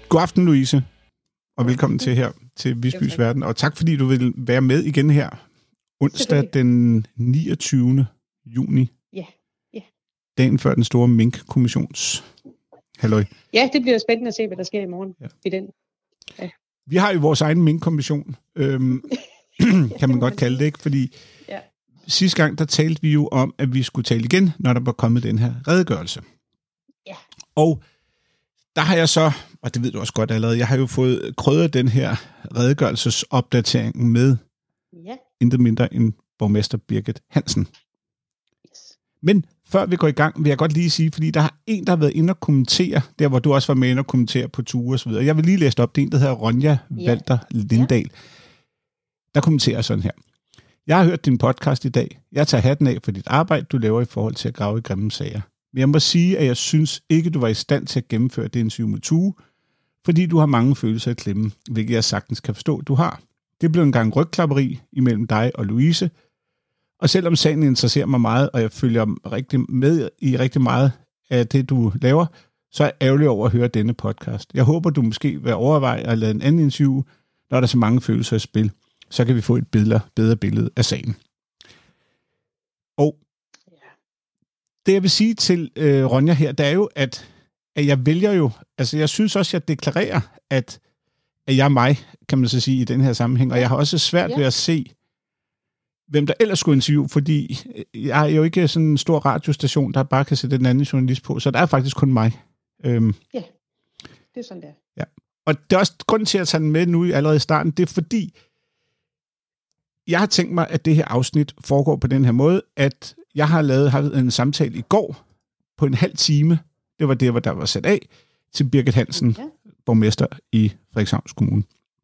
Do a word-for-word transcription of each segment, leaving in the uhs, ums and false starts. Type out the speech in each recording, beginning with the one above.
God aften, Louise, og velkommen til her til Visbys Verden. Og tak, fordi du vil være med igen her onsdag den niogtyvende juni. Ja, ja. Dagen før den store Mink-kommissions. Halløj. Ja, det bliver spændende at se, hvad der sker i morgen ja. i den. Ja. Vi har jo vores egen Mink-kommission, øhm, kan man godt kalde det, ikke? Fordi ja. sidste gang, der talte vi jo om, at vi skulle tale igen, når der var kommet den her redegørelse. Ja. Og der har jeg så, og det ved du også godt allerede, jeg har jo fået krydret den her redegørelsesopdatering med ja. intet mindre end borgmester Birgit Hansen. Yes. Men før vi går i gang, vil jeg godt lige sige, fordi der er en, der har været inde og kommentere, der hvor du også var med inde og kommentere på ture og så videre. Jeg vil lige læse op, det er en, der hedder Ronja ja. Walter Lindahl. Ja. Der kommenterer sådan her. Jeg har hørt din podcast i dag. Jeg tager hatten af for dit arbejde, du laver i forhold til at grave i grimme sager. Men jeg må sige, at jeg synes ikke, du var i stand til at gennemføre det interview med Tue, fordi du har mange følelser i klemme, hvilket jeg sagtens kan forstå, du har. Det blev en gang rygklapperi imellem dig og Louise, og selvom sagen interesserer mig meget, og jeg følger rigtig med i rigtig meget af det, du laver, så er jeg ærgerlig over at høre denne podcast. Jeg håber, du måske vil overveje at lade en anden interview, når der er så mange følelser i spil. Så kan vi få et bedre, bedre billede af sagen. Og det, jeg vil sige til øh, Ronja her, det er jo, at, at jeg vælger jo, altså jeg synes også, at jeg deklarerer, at, at jeg er mig, kan man så sige, i den her sammenhæng, og jeg har også svært ja. ved at se, hvem der ellers skulle interviewe, fordi jeg er jo ikke sådan en stor radiostation, der bare kan sætte den anden journalist på, så der er faktisk kun mig. Øhm, ja, det er sådan der. Ja. Og det er også grunden til at tage den med nu allerede i starten, det er fordi, jeg har tænkt mig, at det her afsnit foregår på den her måde, at jeg har lavet har en samtale i går på en halv time. Det var det, hvor der var sat af til Birgit Hansen, ja. borgmester i Frederikshavns Kommune.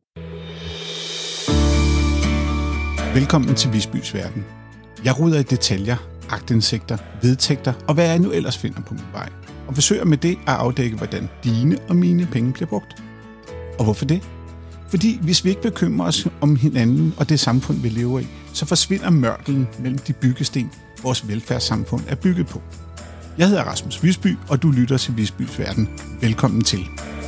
Velkommen til Visbys Verden. Jeg ruder i detaljer, aktindsigter, vedtægter og hvad jeg nu ellers finder på min vej. Og forsøger med det at afdække, hvordan dine og mine penge bliver brugt. Og hvorfor det? Fordi hvis vi ikke bekymrer os om hinanden og det samfund, vi lever i, så forsvinder mørtlen mellem de byggesten, vores velfærdssamfund er bygget på. Jeg hedder Rasmus Visby, og du lytter til Visbys Verden. Velkommen til.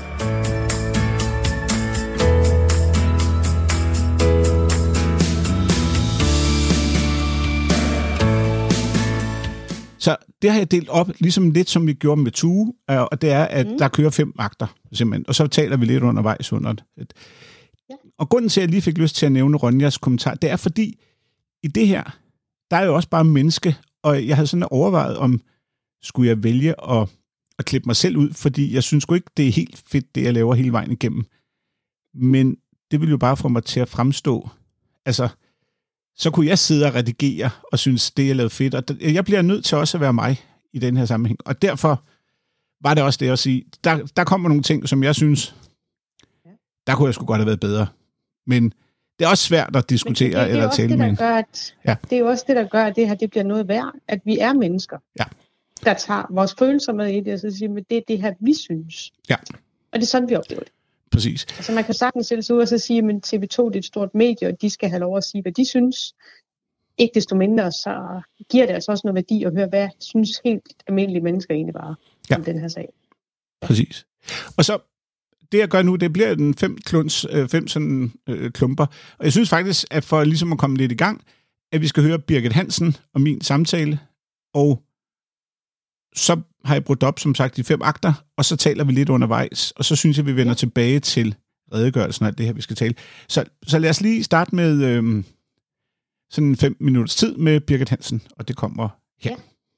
Så det har jeg delt op, ligesom lidt som vi gjorde med Tue, og det er, at mm. der kører fem akter, simpelthen. Og så taler vi lidt undervejs under det. Ja. Og grunden til, at jeg lige fik lyst til at nævne Ronjas kommentar, det er fordi, i det her, der er jo også bare menneske, og jeg havde sådan overvejet, om skulle jeg vælge at, at klippe mig selv ud, fordi jeg synes sgu ikke, det er helt fedt, det jeg laver hele vejen igennem. Men det vil jo bare få mig til at fremstå. Altså, så kunne jeg sidde og redigere og synes, det jeg lavede fedt. Og jeg bliver nødt til også at være mig i den her sammenhæng. Og derfor var det også det at sige, der, der kommer nogle ting, som jeg synes, der kunne jeg sgu godt have været bedre. Men det er også svært at diskutere det, det eller tale med. Det, at, ja. det er jo også det, der gør, at det her det bliver noget værd, at vi er mennesker, ja. der tager vores følelser med i det, og så siger, at det er det her, vi synes. Ja. Og det er sådan, vi oplever det. Præcis. Altså man kan sagtens stille sig ud og så sige, at T V to det er et stort medie, og de skal have lov at sige, hvad de synes. Ikke desto mindre, så giver det altså også noget værdi at høre, hvad synes helt almindelige mennesker egentlig bare ja. om den her sag. Ja. Præcis. Og så det jeg gør nu, det bliver en fem, kluns, fem sådan, øh, klumper. Og jeg synes faktisk, at for ligesom at komme lidt i gang, at vi skal høre Birgit Hansen og min samtale, og så har jeg brugt op, som sagt, de fem akter, og så taler vi lidt undervejs, og så synes jeg, vi vender ja. tilbage til redegørelsen af det her, vi skal tale. Så, så lad os lige starte med øh, sådan fem minutters tid med Birgit Hansen, og det kommer her. Ja.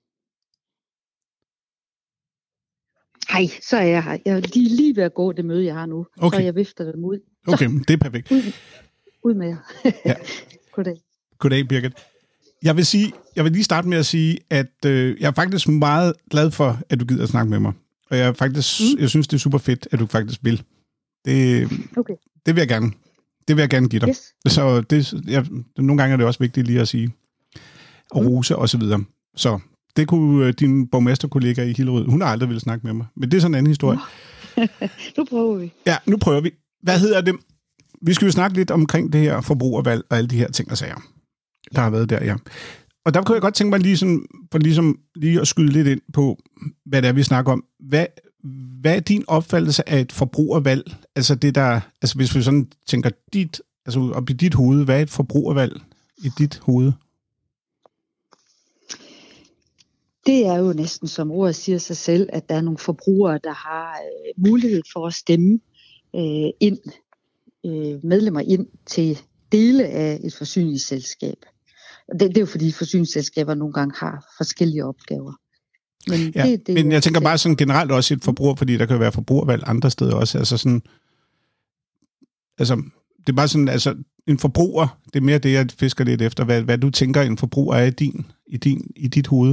Hej, så er jeg her. Jeg er lige, lige ved at gå det møde, jeg har nu. Okay. Så jeg vifter dem ud. Okay, det er perfekt. Ud, ud med jer. Ja. Goddag. Goddag, Birgit. Jeg vil, sige, jeg vil lige starte med at sige, at øh, jeg er faktisk meget glad for, at du gider at snakke med mig. Og jeg, er faktisk, mm. jeg synes, det er super fedt, at du faktisk vil. Det, okay. det vil jeg gerne. Det vil jeg gerne give dig. Yes. Så det, jeg, nogle gange er det også vigtigt lige at sige. Og rose og så videre. Så det kunne din borgmesterkollega i Hillerød, hun har aldrig ville snakke med mig. Men det er sådan en anden historie. Nu prøver vi. Ja, nu prøver vi. Hvad hedder det? Vi skal jo snakke lidt omkring det her forbrugervalg og alle de her ting og sager, der har været der, ja. Og der kunne jeg godt tænke mig lige, sådan, for ligesom, lige at skyde lidt ind på, hvad det er, vi snakker om. Hvad, hvad er din opfattelse af et forbrugervalg? Altså det der, altså hvis vi sådan tænker dit, altså op i dit hoved, hvad er et forbrugervalg i dit hoved? Det er jo næsten, som ordet siger sig selv, at der er nogle forbrugere, der har øh, mulighed for at stemme øh, ind, øh, medlemmer ind til dele af et forsyningsselskab. Det, det er jo fordi forsyningsselskaber nogle gange har forskellige opgaver. Men, ja, det, det men jeg tænker bare sådan generelt også et forbruger, fordi der kan være forbrugervalg andre steder også. Altså sådan, altså det er bare sådan, altså en forbruger, det er mere det, jeg fisker lidt efter, hvad, hvad du tænker, en forbruger er i din, i din, i dit hoved.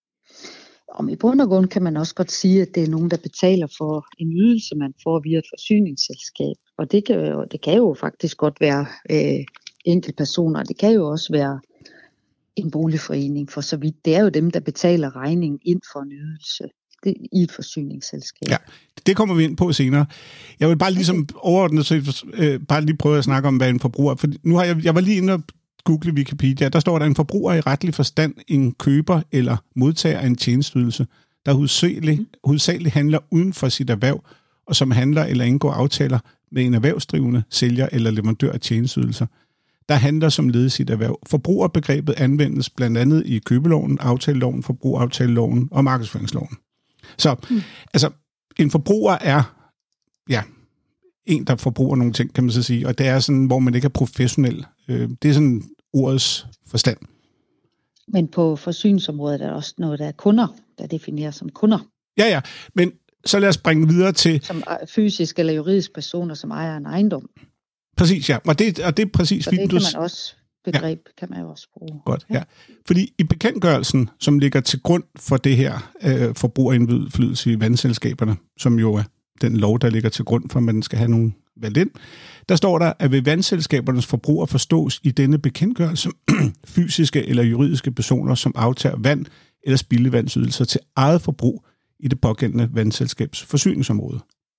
Om i bund og grund kan man også godt sige, at det er nogen, der betaler for en ydelse, man får via et forsyningsselskab. Og det kan jo, det kan jo faktisk godt være øh, enkeltpersoner, det kan jo også være en boligforening for så vidt. Det er jo dem, der betaler regningen ind for en ydelse det, i et forsyningsselskab. Ja, det kommer vi ind på senere. Jeg vil bare ligesom overordnet så, øh, bare lige prøve at snakke om, hvad en forbruger er. For nu har jeg, jeg var lige inde og google Wikipedia. Der står der, en forbruger i retlig forstand en køber eller modtager af en tjenesteydelse, der hovedsageligt, mm. hovedsageligt handler uden for sit erhverv, og som handler eller indgår aftaler med en erhvervsdrivende, sælger eller leverandør af tjenesteydelser, der handler som led i sit erhverv. Forbrugerbegrebet anvendes blandt andet i købeloven, aftaleloven, forbrugeraftaleloven og markedsføringsloven. Så mm. altså, en forbruger er ja, en, der forbruger nogle ting, kan man så sige, og det er sådan, hvor man ikke er professionel. Det er sådan ordets forstand. Men på forsyningsområdet er der også noget, der er kunder, der defineres som kunder. Ja, ja, men så lad os bringe videre til... Som fysiske eller juridiske personer, som ejer en ejendom. Præcis, ja. Og det, og det er præcis... Så det kan man også, begreb ja. kan man jo også bruge. Godt, ja. Fordi i bekendtgørelsen, som ligger til grund for det her øh, forbrugerindflydelse i vandselskaberne, som jo er den lov, der ligger til grund for, at man skal have nogen valgt ind, der står der, at ved vandselskabernes forbruger forstås i denne bekendtgørelse fysiske eller juridiske personer, som aftager vand eller spildevandsydelser til eget forbrug i det pågældende vandselskabs forsyningsområde.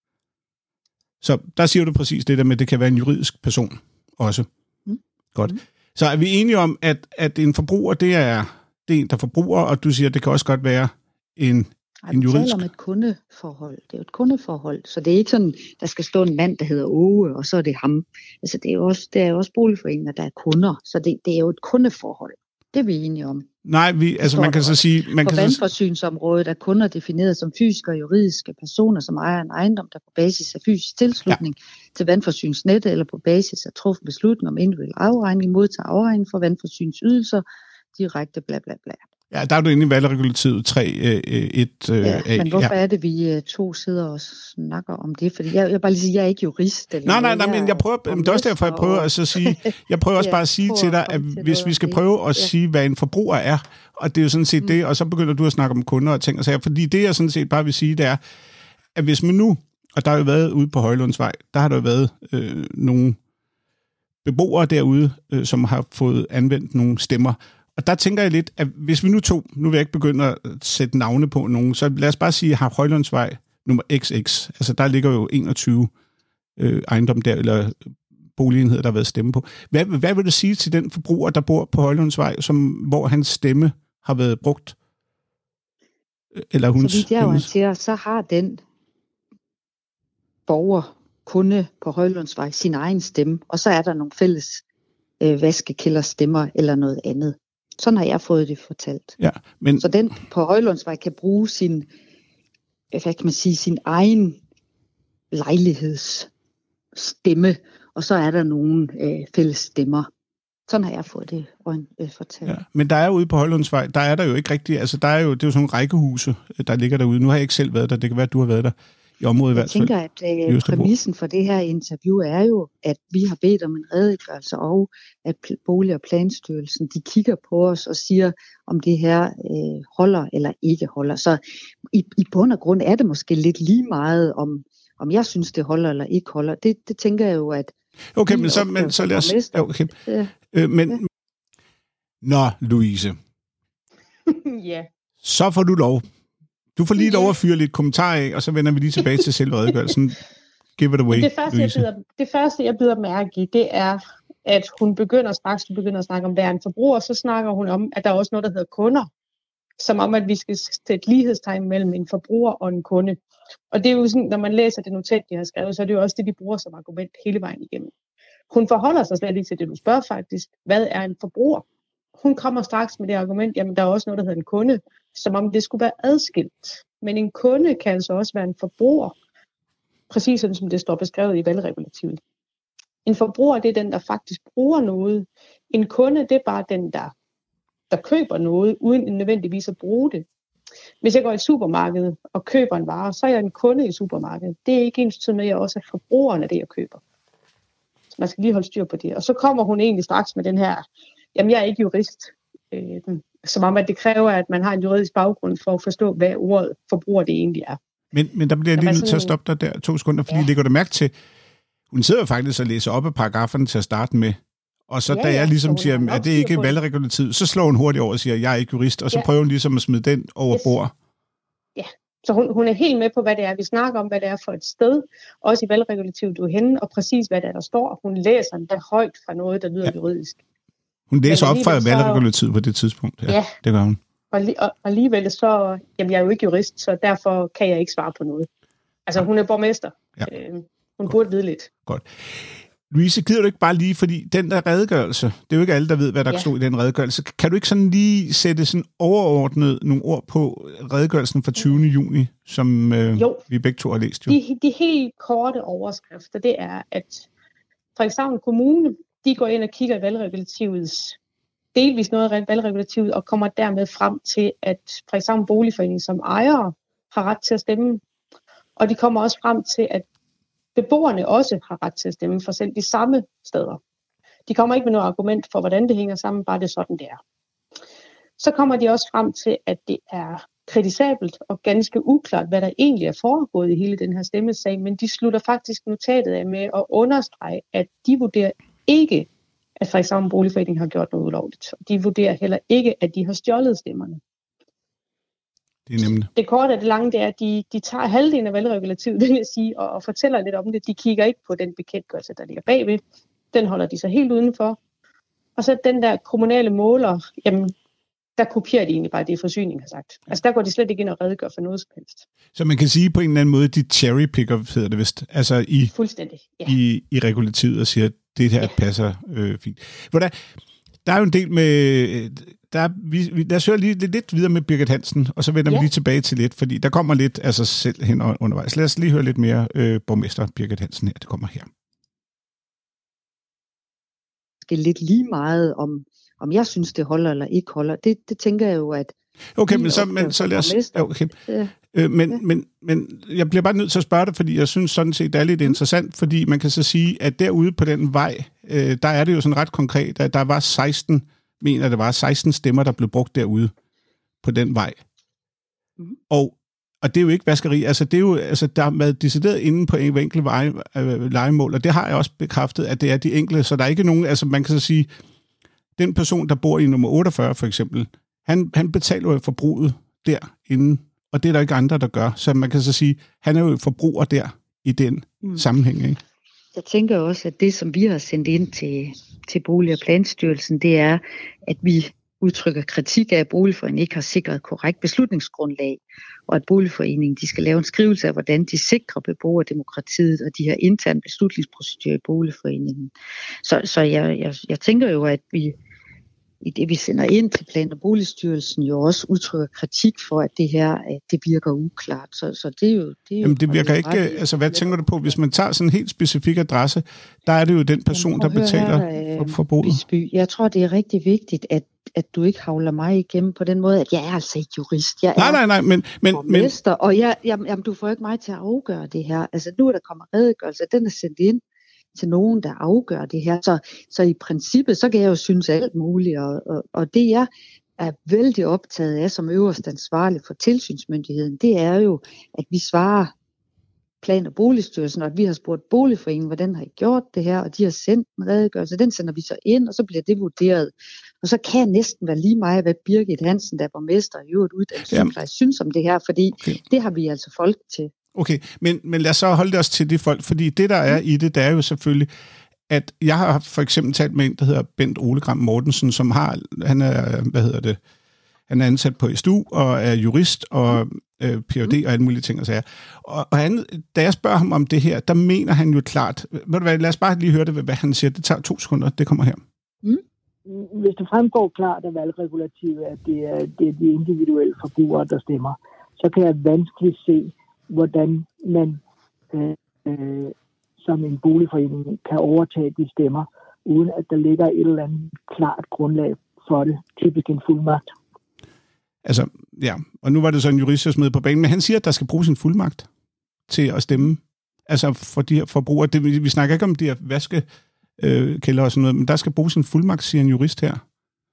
Så der siger du præcis det der med, at det kan være en juridisk person også. Mm. Godt. Mm. Så er vi enige om, at, at en forbruger, det er, det er en, der forbruger, og du siger, at det kan også godt være en Ej, vi taler om et kundeforhold. Det er jo et kundeforhold, så det er ikke sådan, der skal stå en mand, der hedder Åge, og så er det ham. Altså, det er jo også, det er jo også boligforeninger, der er kunder, så det, det er jo et kundeforhold. Det er vi enige om. Nej, vi, altså man kan så sige... Man på kan vandforsyningsområdet er kunder defineret som fysiske og juridiske personer, som ejer en ejendom, der på basis af fysisk tilslutning ja. til vandforsyningsnettet eller på basis af truffen beslutning om individuel afregning, modtager afregning for vandforsyningsydelser, direkte bla bla bla. Ja, der er du inde i valgregulativet tre punkt et. Øh, ja, men hvorfor ja. er det, vi to sidder og snakker om det? Fordi jeg, jeg bare lige sige, jeg er ikke jurist. Eller nej, nej, nej, men jeg prøver, det er også derfor, jeg prøver og... at sige, jeg prøver også ja, bare at sige til dig, at hvis vi skal prøve at ja. sige, hvad en forbruger er, og det er jo sådan set mm. det, og så begynder du at snakke om kunder og ting og sager, fordi det, jeg sådan set bare vil sige, det er, at hvis man nu, og der har jo været ude på Højlundsvej, der har der jo været øh, nogle beboere derude, øh, som har fået anvendt nogle stemmer. Og der tænker jeg lidt, at hvis vi nu tog, nu vil jeg ikke begynde at sætte navne på nogen, så lad os bare sige, at har Højlundsvej nummer X X, altså der ligger jo enogtyve øh, ejendom der, eller boligenheder, der har været stemme på. Hvad, hvad vil du sige til den forbruger, der bor på Højlundsvej, som, hvor hans stemme har været brugt? Eller hun, så vidt jeg orienterer, så har den borger, kunde på Højlundsvej sin egen stemme, og så er der nogle fælles øh, vaskekælder stemmer eller noget andet. Sådan har jeg fået det fortalt. Ja, men... Så den på Højlundsvej kan bruge sin, hvad kan man sige, sin egen lejlighedsstemme, og så er der nogle øh, fælles stemmer. Sådan har jeg fået det øh, fortalt. Ja, men der er ude på Højlundsvej, der er der jo ikke rigtigt, altså der er jo, det er jo sådan nogle rækkehuse, der ligger derude. Nu har jeg ikke selv været der, det kan være, at du har været der i området i hvert fald. Jeg tænker, at øh, præmissen for det her interview er jo, at vi har bedt om en redegørelse, og at Bolig- og Planstyrelsen, de kigger på os og siger, om det her øh, holder eller ikke holder. Så i, i bund og grund er det måske lidt lige meget, om, om jeg synes, det holder eller ikke holder. Det, det tænker jeg jo, at... Okay, men så, men, så lad os... Okay. Ja. Øh, men... Ja. Nå, Louise. Ja. Så får du lov. Du får lige lov at fyre lidt kommentarer af, og så vender vi lige tilbage til selve redegørelsen. Give it away, det første, jeg bider, det første, jeg bider mærke i, det er, at hun begynder straks, hun begynder at snakke om, at der er en forbruger, så snakker hun om, at der er også noget, der hedder kunder. som om, at vi skal sætte lighedstegn mellem en forbruger og en kunde. Og det er jo sådan, når man læser det notat, de har skrevet, så er det jo også det, de bruger som argument hele vejen igennem. Hun forholder sig slet ikke til det, du spørger faktisk. Hvad er en forbruger? Hun kommer straks med det argument, jamen der er også noget, der hedder en kunde, som om det skulle være adskilt. Men en kunde kan altså også være en forbruger, præcis sådan som det står beskrevet i valgregulativet. En forbruger, det er den, der faktisk bruger noget. En kunde, det er bare den, der, der køber noget, uden nødvendigvis at bruge det. Hvis jeg går i et supermarked og køber en vare, så er jeg en kunde i supermarkedet. Det er ikke ens med, at jeg også er forbrugeren af det, jeg køber. Så man skal lige holde styr på det. Og så kommer hun egentlig straks med den her, jamen jeg er ikke jurist, øh, som om at det kræver, at man har en juridisk baggrund for at forstå, hvad ordet forbruger det egentlig er. Men, men der bliver jeg lige nødt til at stoppe dig der to sekunder, fordi ja. Lægger du mærke til, hun sidder jo faktisk og læser op af paragraferne til at starte med, og så ja, da jeg ja, ligesom siger, at det ikke er valgregulativet, så slår hun hurtigt over og siger, at jeg er ikke jurist, og så ja. prøver hun ligesom at smide den over yes. bord. Ja, så hun, hun er helt med på, hvad det er. Vi snakker om, hvad det er for et sted, også i valgregulativet, du er henne, og præcis hvad det er, der står. Hun læser den der højt fra noget, der lyder ja. juridisk. Hun læser op fra valgregulativet på det tidspunkt. Ja, ja. Det gør hun. Og, og, og alligevel så, jamen jeg er jo ikke jurist, så derfor kan jeg ikke svare på noget. Altså hun er borgmester. Ja. Øh, hun Godt. burde vide lidt. Godt. Louise, gider du ikke bare lige, fordi den der redegørelse, det er jo ikke alle, der ved, hvad der ja. stod i den redegørelse. Kan du ikke sådan lige sætte sådan overordnet nogle ord på redegørelsen fra tyvende juni, som øh, vi begge to har læst? Jo? De, de helt korte overskrifter, det er, at Frederikshavn Kommune, de går ind og kigger i valgregulativets, delvis noget af valgregulativet, og kommer dermed frem til, at Frederikshavn Boligforening som ejere har ret til at stemme. Og de kommer også frem til, at beboerne også har ret til at stemme for selv de samme steder. De kommer ikke med noget argument for, hvordan det hænger sammen, bare det er sådan, det er. Så kommer de også frem til, at det er kritisabelt og ganske uklart, hvad der egentlig er foregået i hele den her stemmesag, men de slutter faktisk notatet af med at understrege, at de vurderer ikke, at Frederikshavn Boligforening har gjort noget ulovligt. De vurderer heller ikke, at de har stjålet stemmerne. Det er nemlig. Det korte og det lange, det er, at de, de tager halvdelen af valgregulativet, det vil jeg sige, og, og fortæller lidt om det. De kigger ikke på den bekendtgørelse, der ligger bagved. Den holder de sig helt udenfor. Og så den der kommunale måler, jamen, der kopierer de egentlig bare det, forsyning har sagt. Altså der går de slet ikke ind og redegør for noget som helst. Så man kan sige på en eller anden måde, de cherrypicker, hedder det vist, altså i, Fuldstændig, ja. i, i regulativet og siger, at det her ja. passer øh, fint. Hvordan, der er jo en del med... Der, vi, vi, lad os høre lige lidt, lidt videre med Birgit Hansen, og så vender ja. vi lige tilbage til lidt, fordi der kommer lidt af sig selv hen undervejs. Lad os lige høre lidt mere øh, borgmester Birgit Hansen her. Det kommer her. Det er lidt lige meget om, om jeg synes, det holder eller ikke holder. Det, det tænker jeg jo, at... Okay, men så, men, så lad os... Okay. Ja. Øh, men, ja. men, men jeg bliver bare nødt til at spørge dig, fordi jeg synes sådan set, det er lidt interessant, fordi man kan så sige, at derude på den vej, øh, der er det jo sådan ret konkret, at der var seksten mener, det var seksten stemmer, der blev brugt derude på den vej. Mm. Og, og det er jo ikke vaskeri. Altså, det er jo, altså, der har været decideret inde på en enkelt vej, øh, lejemål, og det har jeg også bekræftet, at det er de enkelte, så der er ikke nogen, altså man kan så sige, den person, der bor i nummer otteogfyrre for eksempel, han, han betaler jo forbruget derinde, og det er der ikke andre, der gør. Så man kan så sige, han er jo forbruger der i den mm. sammenhæng, ikke? Jeg tænker også, at det, som vi har sendt ind til, til Bolig- og Planstyrelsen, det er, at vi udtrykker kritik af, at Boligforeningen ikke har sikret korrekt beslutningsgrundlag, og at Boligforeningen de skal lave en skrivelse af, hvordan de sikrer beboerdemokratiet og de her interne beslutningsprocedurer i Boligforeningen. Så, så jeg, jeg, jeg tænker jo, at vi i det, vi sender ind til Plan- og Boligstyrelsen, jo også udtrykker kritik for, at det her at det virker uklart. Så, så det er jo... Det, er Jamen, det virker ikke... Altså, hvad tænker du på? Hvis man tager sådan en helt specifik adresse, der er det jo den person, Jamen, der betaler her, for forbruget. Bisby. Jeg tror, det er rigtig vigtigt, at, at du ikke havler mig igennem på den måde, at jeg er altså ikke jurist. Jeg nej, nej, nej, men... men, men og jeg, jamen, jamen, du får ikke mig til at afgøre det her. Altså, nu er der kommet redegørelse, den er sendt ind til nogen, der afgør det her. Så, så i princippet, så kan jeg jo synes alt muligt, og, og, og det jeg er vældig optaget af som øverst ansvarlig for tilsynsmyndigheden, det er jo, at vi svarer Plan- og Boligstyrelsen, og at vi har spurgt Boligforeningen, hvordan har I gjort det her, og de har sendt en redegørelse, den sender vi så ind, og så bliver det vurderet. Og så kan jeg næsten være lige meget, hvad Birgit Hansen, der er borgmester i øvrigt uddannelsespleje, synes om det her, fordi okay. det har vi altså folk til. Okay, men, men lad os så holde os til det folk, fordi det, der er i det, det er jo selvfølgelig, at jeg har for eksempel talt med en, der hedder Bent Ole Gram Mortensen, som har, han er, hvad hedder det, Han er ansat på S D U og er jurist og øh, P H D og alle mulige ting og sager. Og, og han, da jeg spørger ham om det her, der mener han jo klart... Ved du hvad, lad os bare lige høre det, hvad han siger. Det tager to sekunder, det kommer her. Mm. Hvis det fremgår klart af valgregulativet, at det er, det er de individuelle forbrugere, der stemmer, så kan jeg vanskeligt se, hvordan man øh, øh, som en boligforening kan overtage de stemmer, uden at der ligger et eller andet klart grundlag for det, typisk en fuldmagt. Altså, ja, og nu var det så en jurist, der smed på banen, men han siger, at der skal bruges en fuldmagt til at stemme. Altså for de her forbrugere. Det, vi snakker ikke om de her vaskekælder og sådan noget, men der skal bruges en fuldmagt, siger en jurist her.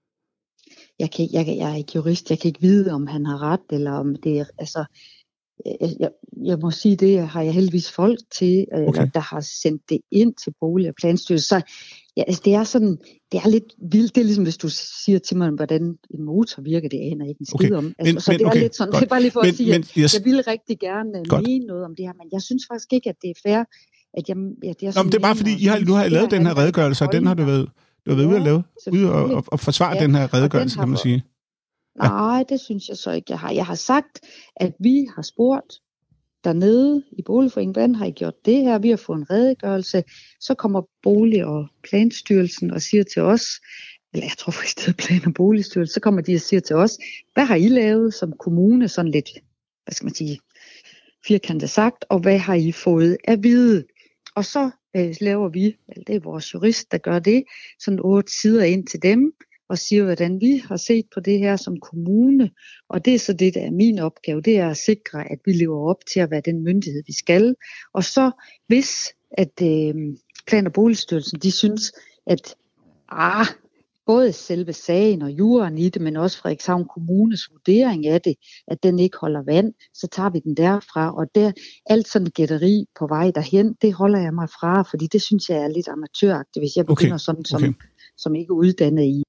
Jeg, kan, jeg, jeg er ikke jurist, jeg kan ikke vide, om han har ret, eller om det er, altså, jeg, jeg, jeg må sige, det har jeg heldigvis folk til, okay. eller, der har sendt det ind til Bolig- og Planstyrelsen. Så ja, altså, det er sådan, det er lidt vildt, det er ligesom, hvis du siger til mig, hvordan en motor virker, det aner jeg ikke en skid okay. om. Altså, men, så men, det er okay. lidt sådan, godt. Det er bare lige for men, at sige, men, yes. jeg vil rigtig gerne godt. mene noget om det her, men jeg synes faktisk ikke, at det er fair, at jeg... At jeg Nå, men det er bare fordi, I har, nu har I lavet den her redegørelse, og den har du været... Du har været ude at lave, ude og, og, og forsvare ja, den her redegørelse, kan man sige. Ja. Nej, det synes jeg så ikke, jeg har. Jeg har sagt, at vi har spurgt dernede i Boligforeningen, hvordan har I gjort det her? Vi har fået en redegørelse. Så kommer Bolig- og Planstyrelsen og siger til os, eller jeg tror faktisk, det er Plan- og Boligstyrelsen, så kommer de og siger til os, hvad har I lavet som kommune, sådan lidt, hvad skal man sige, firkantet sagt, og hvad har I fået at vide? Og så øh, laver vi, eller det er vores jurist, der gør det, sådan otte sider ind til dem, og siger, hvordan vi har set på det her som kommune. Og det er så det, der er min opgave, det er at sikre, at vi lever op til at være den myndighed, vi skal. Og så hvis, at øh, Plan- og Boligstyrelsen, de synes, at ah, både selve sagen og juraen i det, men også Frederikshavn Kommunes vurdering af det, at den ikke holder vand, så tager vi den derfra. Og der, alt sådan gætteri på vej derhen, det holder jeg mig fra, fordi det synes jeg er lidt amatøragtigt, hvis jeg begynder okay. sådan som, okay. som ikke uddannet i.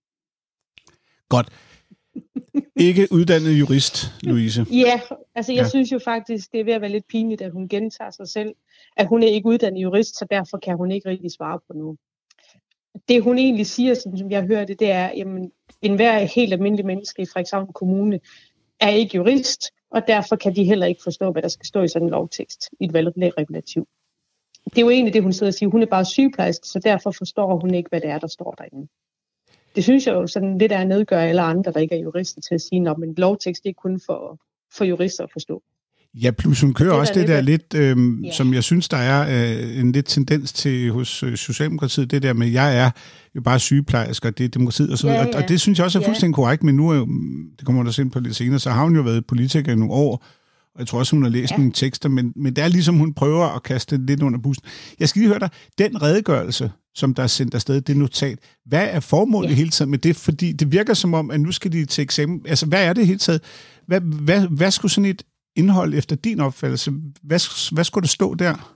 Godt. Ikke uddannet jurist, Louise. Ja, altså jeg ja. synes jo faktisk, det er ved at være lidt pinligt, at hun gentager sig selv, at hun er ikke uddannet jurist, så derfor kan hun ikke rigtig svare på noget. Det hun egentlig siger, som jeg hører det, det er, at enhver helt almindelig menneske i Frederikshavn Kommune er ikke jurist, og derfor kan de heller ikke forstå, hvad der skal stå i sådan en lovtekst i et valgregulativ. Det er jo egentlig det, hun sidder og siger. Hun er bare sygeplejerske, så derfor forstår hun ikke, hvad det er, der står derinde. Det synes jeg jo sådan lidt er at nedgøre alle andre, der ikke er jurister, til at sige, at en lovtekst det er kun for, for jurister at forstå. Ja, plus hun kører det også det der lidt, øh, ja. som jeg synes, der er øh, en lidt tendens til hos øh, Socialdemokratiet, det der med, jeg er jo bare sygeplejersker, det er demokratiet og sådan ja, noget. Og, ja. og det synes jeg også er fuldstændig ja. korrekt, men nu er jo, det kommer der også ind på lidt senere, så har hun jo været politiker i nogle år, og jeg tror også, hun har læst ja. nogle tekster, men, men det er ligesom, hun prøver at kaste lidt under bussen. Jeg skal lige høre dig, den redegørelse, som der er sendt afsted, det notat, hvad er formålet ja. hele tiden med det? Fordi det virker som om, at nu skal de til eksamen. Altså, hvad er det hele taget? Hvad, hvad, hvad skulle sådan et indhold efter din opfattelse? Hvad, hvad skulle der stå der?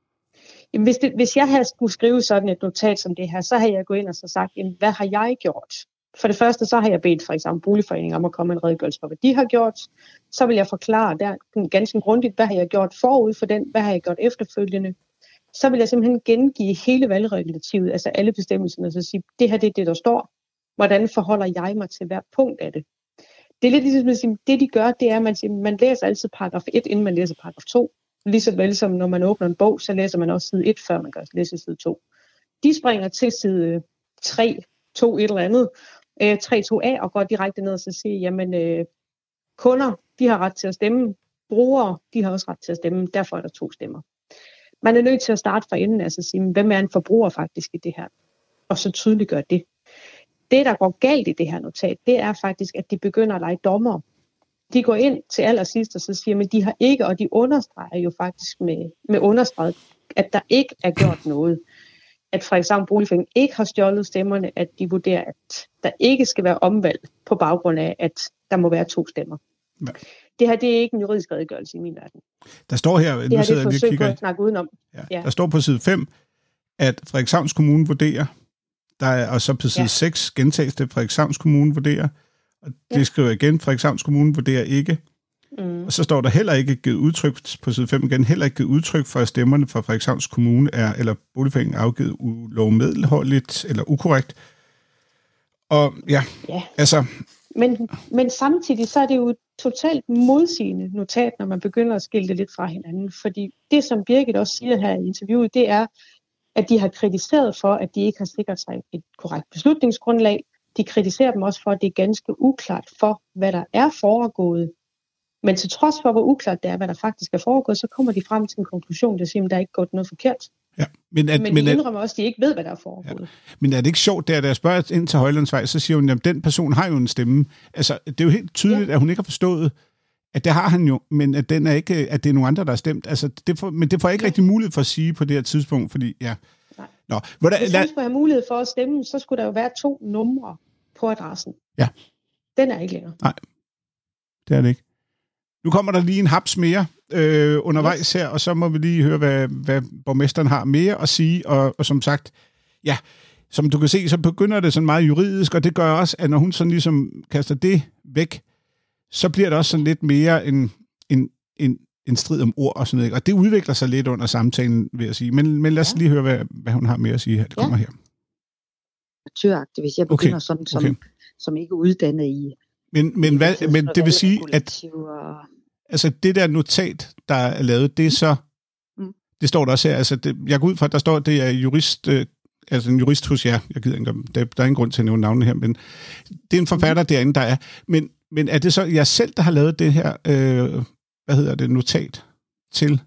Jamen, hvis, det, hvis jeg havde skulle skrive sådan et notat som det her, så har jeg gået ind og så sagt, jamen, hvad har jeg gjort? For det første, så har jeg bedt for eksempel boligforeninger om at komme med en redegørelse for, hvad de har gjort. Så vil jeg forklare der ganske grundigt, hvad har jeg gjort forud for den, hvad har jeg gjort efterfølgende. Så vil jeg simpelthen gengive hele valgregulativet, altså alle bestemmelserne, og så sige, det her det er det, der står. Hvordan forholder jeg mig til hver punkt af det? Det er lidt ligesom at sige, det de gør, det er, at man, siger, man læser altid paragraf et, inden man læser paragraf to. Ligeså vel som når man åbner en bog, så læser man også side et, før man kan læse side to. De springer til side tre, to, et eller andet, øh, tre, to A, og går direkte ned og så siger, jamen øh, kunder, de har ret til at stemme. Brugere, de har også ret til at stemme. Derfor er der to stemmer. Man er nødt til at starte fra enden, altså sige, hvem er en forbruger faktisk i det her? Og så tydeligt gør det. Det, der går galt i det her notat, det er faktisk, at de begynder at lege dommer. De går ind til allersidst og så siger, men de har ikke, og de understreger jo faktisk med, med understreget, at der ikke er gjort noget. At for eksempel Boligforeningen ikke har stjålet stemmerne, at de vurderer, at der ikke skal være omvalg på baggrund af, at der må være to stemmer. Ja. Det her, det er ikke en juridisk redegørelse i min verden. Der står her, det her, det er et forsøg på at snakke udenom. Ja. Ja. Der står på side fem, at Frederikshavns Kommune vurderer, der er, og så på side ja. seks gentages det, Frederikshavns Kommune vurderer, og det ja. skriver igen, Frederikshavns Kommune vurderer ikke. Mm. Og så står der heller ikke givet udtryk, på side fem igen, heller ikke givet udtryk for, at stemmerne fra Frederikshavns Kommune er, eller Boligforeningen afgivet ulovmedholdigt eller ukorrekt. Og ja, ja. altså... Men, men samtidig så er det jo et totalt modsigende notat, når man begynder at skille det lidt fra hinanden. Fordi det, som Birgit også siger her i interviewet, det er, at de har kritiseret for, at de ikke har sikret sig et korrekt beslutningsgrundlag. De kritiserer dem også for, at det er ganske uklart for, hvad der er foregået. Men til trods for, hvor uklart det er, hvad der faktisk er foregået, så kommer de frem til en konklusion, der siger, at der er ikke gået noget forkert. Ja, men, at, men de indrømmer også, at de ikke ved, hvad der er foregået. Ja. Men er det ikke sjovt, der, da jeg spørger ind til Højlandsvej, så siger hun, at den person har jo en stemme. Altså, det er jo helt tydeligt, ja. At hun ikke har forstået, at det har han jo, men at, den er ikke, at det er nogle andre, der har stemt. Altså, det får, men det får jeg ikke ja. rigtig mulighed for at sige på det her tidspunkt, fordi, ja... Nej. Nå, hvor der, Hvis man skulle have mulighed for at stemme, så skulle der jo være to numre på adressen. Ja. Den er ikke længere. Nej, det er det ikke. Nu kommer der lige en haps mere øh, undervejs yes. her, og så må vi lige høre, hvad, hvad borgmesteren har mere at sige. Og, og som sagt, ja, som du kan se, så begynder det sådan meget juridisk, og det gør også, at når hun sådan ligesom kaster det væk, så bliver det også sådan lidt mere en, en, en, en strid om ord og sådan noget. Og det udvikler sig lidt under samtalen, vil jeg sige. Men, men lad os ja. lige høre, hvad, hvad hun har mere at sige her. Det kommer ja. her. Amatøragtigt, hvis jeg begynder okay. sådan, som, okay. som ikke er uddannet i... Men, men, hvad, men det vil sige, at... Altså det der notat, der er lavet, det er så, mm. det står der også her, altså det, jeg går ud fra, at der står, at det er jurist, øh, altså en jurist hos jer, jeg gider ikke, der, der er ingen grund til at nævne navnene her, men det er en forfatter mm. derinde, der er, men, men er det så jeg selv, der har lavet det her, øh, hvad hedder det, notat til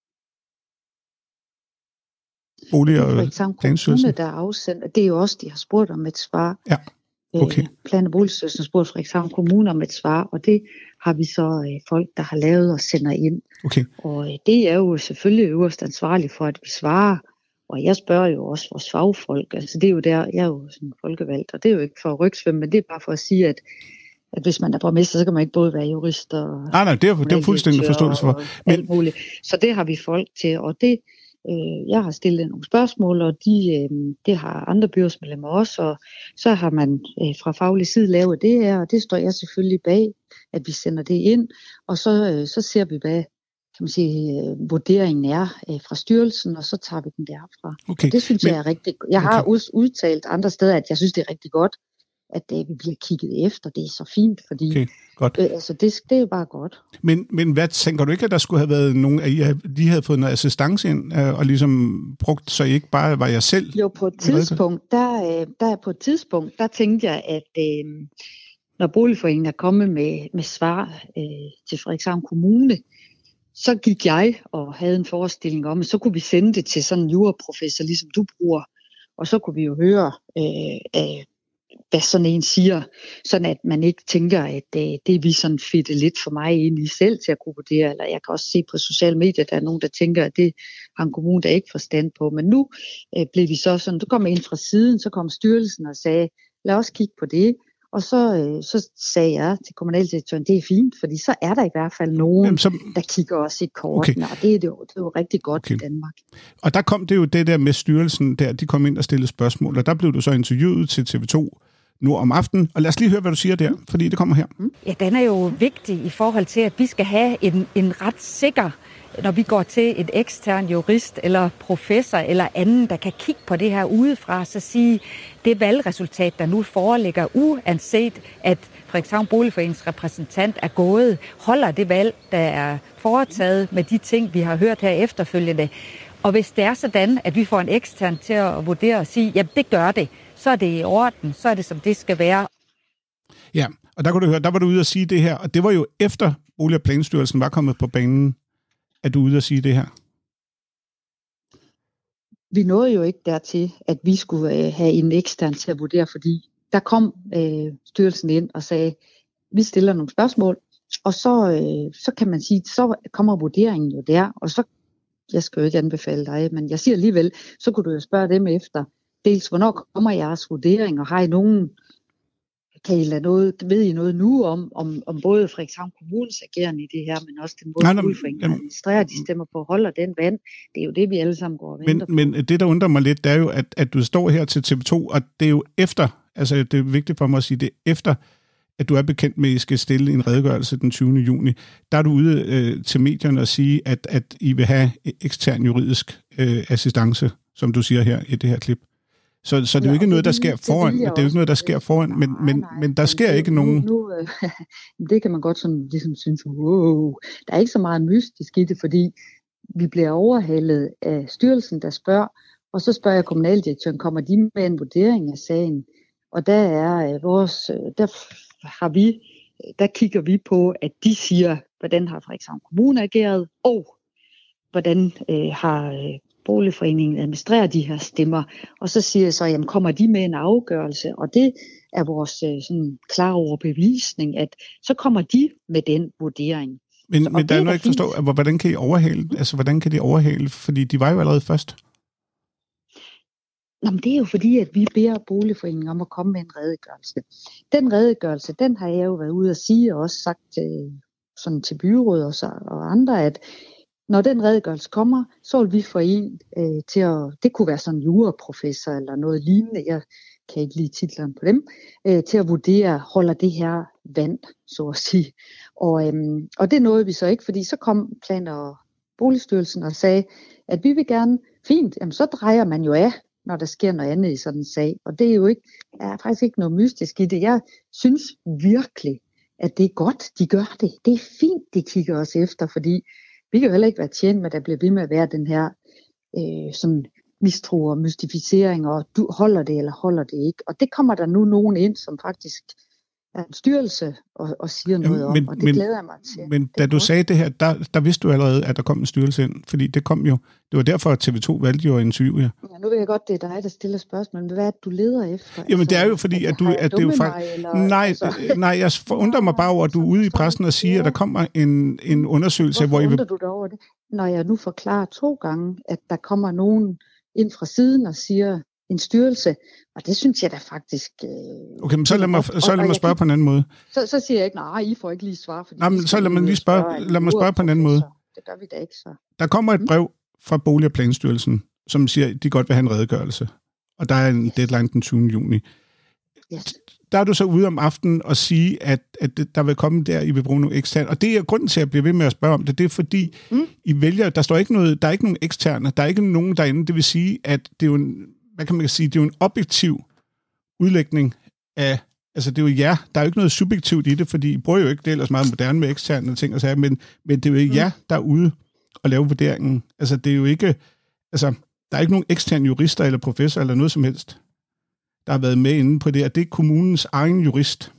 bolig- og planstyrelsen? Der er afsendt, det er jo også, de har spurgt om et svar. Ja. Okay. Plan- og Boligstyrelsen har spurgt Frederikshavn Kommune om et svar, og det har vi så øh, folk, der har lavet og sender ind. Okay. Og øh, det er jo selvfølgelig øverst ansvarligt for, at vi svarer. Og jeg spørger jo også vores fagfolk. Altså det er jo der, jeg er jo sådan folkevalgt, og det er jo ikke for at rygsvømme, men det er bare for at sige, at, at hvis man er borgmester, så kan man ikke både være jurist og... Nej, nej, det er, det er fuldstændig forståelse for. Men... alt muligt. Så det har vi folk til, og det... Øh, jeg har stillet nogle spørgsmål, og de, øh, det har andre byrådsmedlemmer også, og så har man øh, fra faglig side lavet det her, og det står jeg selvfølgelig bag, at vi sender det ind, og så, øh, så ser vi, hvad kan man sige, øh, vurderingen er øh, fra styrelsen, og så tager vi den derfra. Okay. Og det synes Men... jeg er rigtig godt. Jeg har okay. udtalt andre steder, at jeg synes, det er rigtig godt, at øh, vi bliver kigget efter. Det er så fint, fordi okay, godt. Øh, altså, det, det er jo bare godt. Men, men hvad tænker du ikke, at der skulle have været nogen af I, de havde fået noget assistance ind, øh, og ligesom brugt, så I ikke bare var jer selv? Jo, på et tidspunkt, der, der, på et tidspunkt, der tænkte jeg, at øh, når boligforeningen er kommet med, med svar øh, til Frederikshavn Kommune, så gik jeg og havde en forestilling om, at så kunne vi sende det til sådan en juraprofessor, ligesom du bruger, og så kunne vi jo høre, øh, øh, hvad sådan en siger, sådan at man ikke tænker, at øh, det er vi sådan fedte lidt for mig egentlig selv til at kunne vurdere, eller jeg kan også se på sociale medier, der er nogen, der tænker, at det har en kommune, der ikke forstand på, men nu øh, blev vi så sådan, du kom ind fra siden, så kom styrelsen og sagde, lad os kigge på det, og så, øh, så sagde jeg til kommunaldirektøren, det er fint, fordi så er der i hvert fald nogen, Jamen, så... der kigger os i kortene, okay. og det er, jo, det er jo rigtig godt okay. i Danmark. Og der kom det jo det der med styrelsen, der de kom ind og stillede spørgsmål, og der blev du så interviewet til T V to nu om aftenen, og lad os lige høre, hvad du siger der, fordi det kommer her. Ja, den er jo vigtig i forhold til, at vi skal have en, en ret sikker, når vi går til et ekstern jurist eller professor eller anden, der kan kigge på det her udefra, så sige, det valgresultat, der nu foreligger, uanset at Frederikshavn Boligforenings repræsentant er gået, holder det valg, der er foretaget med de ting, vi har hørt her efterfølgende. Og hvis det er sådan, at vi får en ekstern til at vurdere og sige, ja, det gør det, så er det i orden, så er det, som det skal være. Ja, og der kunne du høre, der var du ude at sige det her, og det var jo efter Bolig- og Planstyrelsen var kommet på banen, at du er ude at sige det her. Vi nåede jo ikke dertil, at vi skulle øh, have en ekstern til at vurdere, fordi der kom øh, styrelsen ind og sagde, vi stiller nogle spørgsmål, og så, øh, så kan man sige, så kommer vurderingen jo der, og så, jeg skal jo ikke anbefale dig, men jeg siger alligevel, så kunne du jo spørge dem efter, dels hvornår kommer jeres vurdering, og har I nogen, kan I lade noget, ved I noget nu om, om, om både Frederikshavn Kommunes agerende i det her, men også den måde, boligforeningen administrerer, de stemmer på, holder den vand. Det er jo det, vi alle sammen går og venter men, på. Men det, der undrer mig lidt, det er jo, at, at du står her til T V to, og det er jo efter, altså det er vigtigt for mig at sige, det er efter, at du er bekendt med, at I skal stille en redegørelse den tyvende juni. Der er du ude øh, til medierne og sige, at, at I vil have ekstern juridisk øh, assistance, som du siger her i det her klip. Så, så det er jo ikke noget, der sker foran, det er jo ikke noget, der sker foran, men, men, men der sker ikke nogen... Nu, nu, det kan man godt sådan ligesom synes, wow, der er ikke så meget mystisk i det, fordi vi bliver overhalet af styrelsen, der spørger, og så spørger jeg kommunaldirektøren, kommer de med en vurdering af sagen? Og der er vores, der har vi, der kigger vi på, at de siger, hvordan har Frederikshavn Kommune ageret, og hvordan øh, har øh, boligforeningen administrerer de her stemmer. Og så siger jeg så, jamen kommer de med en afgørelse, og det er vores øh, sådan klare overbevisning, at så kommer de med den vurdering. Men, så, men der er noget, jeg ikke forstår, hvordan kan I overhale, altså hvordan kan de overhale, fordi de var jo allerede først. Nå, men det er jo fordi, at vi beder boligforeningen om at komme med en redegørelse. Den redegørelse, den har jeg jo været ude at sige, og også sagt øh, sådan til byrådet og, så, og andre, at når den redegørelse kommer, så vil vi få en øh, til at, det kunne være sådan en juraprofessor eller noget lignende, jeg kan ikke lide titlerne på dem, øh, til at vurdere, holder det her vand, så at sige. Og, øhm, og det nåede vi så ikke, fordi så kom Plan- og Boligstyrelsen og sagde, at vi vil gerne, fint, jamen så drejer man jo af, når der sker noget andet i sådan en sag. Og det er jo ikke, er faktisk ikke noget mystisk i det. Jeg synes virkelig, at det er godt, de gør det. Det er fint, de kigger os efter, fordi vi kan jo heller ikke være tjent med, at der bliver ved med at være den her øh, sådan mistro og mystificering, og du holder det eller holder det ikke. Og det kommer der nu nogen ind, som faktisk er en styrelse og, og siger noget Jamen, men, om, og det men, glæder jeg mig til. Men da du godt. sagde det her, der, der vidste du allerede, at der kom en styrelse ind, fordi det kom jo, det var derfor, at T V to valgte jo at interviewe jer. Ja, nu ved jeg godt, det er dig, der stiller spørgsmål, men hvad er det, du leder efter? Jamen altså, det er jo fordi, at du... At det er jo faktisk, eller, nej, altså. nej, jeg undrer mig bare over, at du er ude i pressen og siger, at der kommer en, en undersøgelse, Hvorfor hvor I... undrer du dig over det? Når jeg nu forklarer to gange, at der kommer nogen ind fra siden og siger en styrelse, og det synes jeg da faktisk... Øh, okay, men så lad mig, så lad mig spørge på en anden måde. Så, så siger jeg ikke, nej, I får ikke lige svar. Fordi nej, men så lad mig lige spørge, spørge lad mig spørge på en anden måde. Det gør vi da ikke så. Der kommer et brev fra Bolig- og Planstyrelsen, som siger, at de godt vil have en redegørelse. Og der er en deadline den tyvende juni. Yes. Der er du så ude om aftenen og sige, at, at der vil komme der, I vil bruge nogle eksterne. Og det er grunden til, at jeg bliver ved med at spørge om det. Det er fordi, mm. I vælger, der står ikke noget, der er ikke nogen eksterne, der er ikke nogen derinde. Det vil sige, at det er jo en, hvad kan man sige, det er jo en objektiv udlægning af, altså det er jo jer, der er jo ikke noget subjektivt i det, fordi I bruger jo ikke, det er ellers meget moderne med eksterne ting og sager, men, men det er jo ikke mm. jer, der er ude og lave vurderingen. Altså det er jo ikke, altså der er ikke nogen eksterne jurister eller professor eller noget som helst, der har været med inde på det, at det er kommunens egen jurist.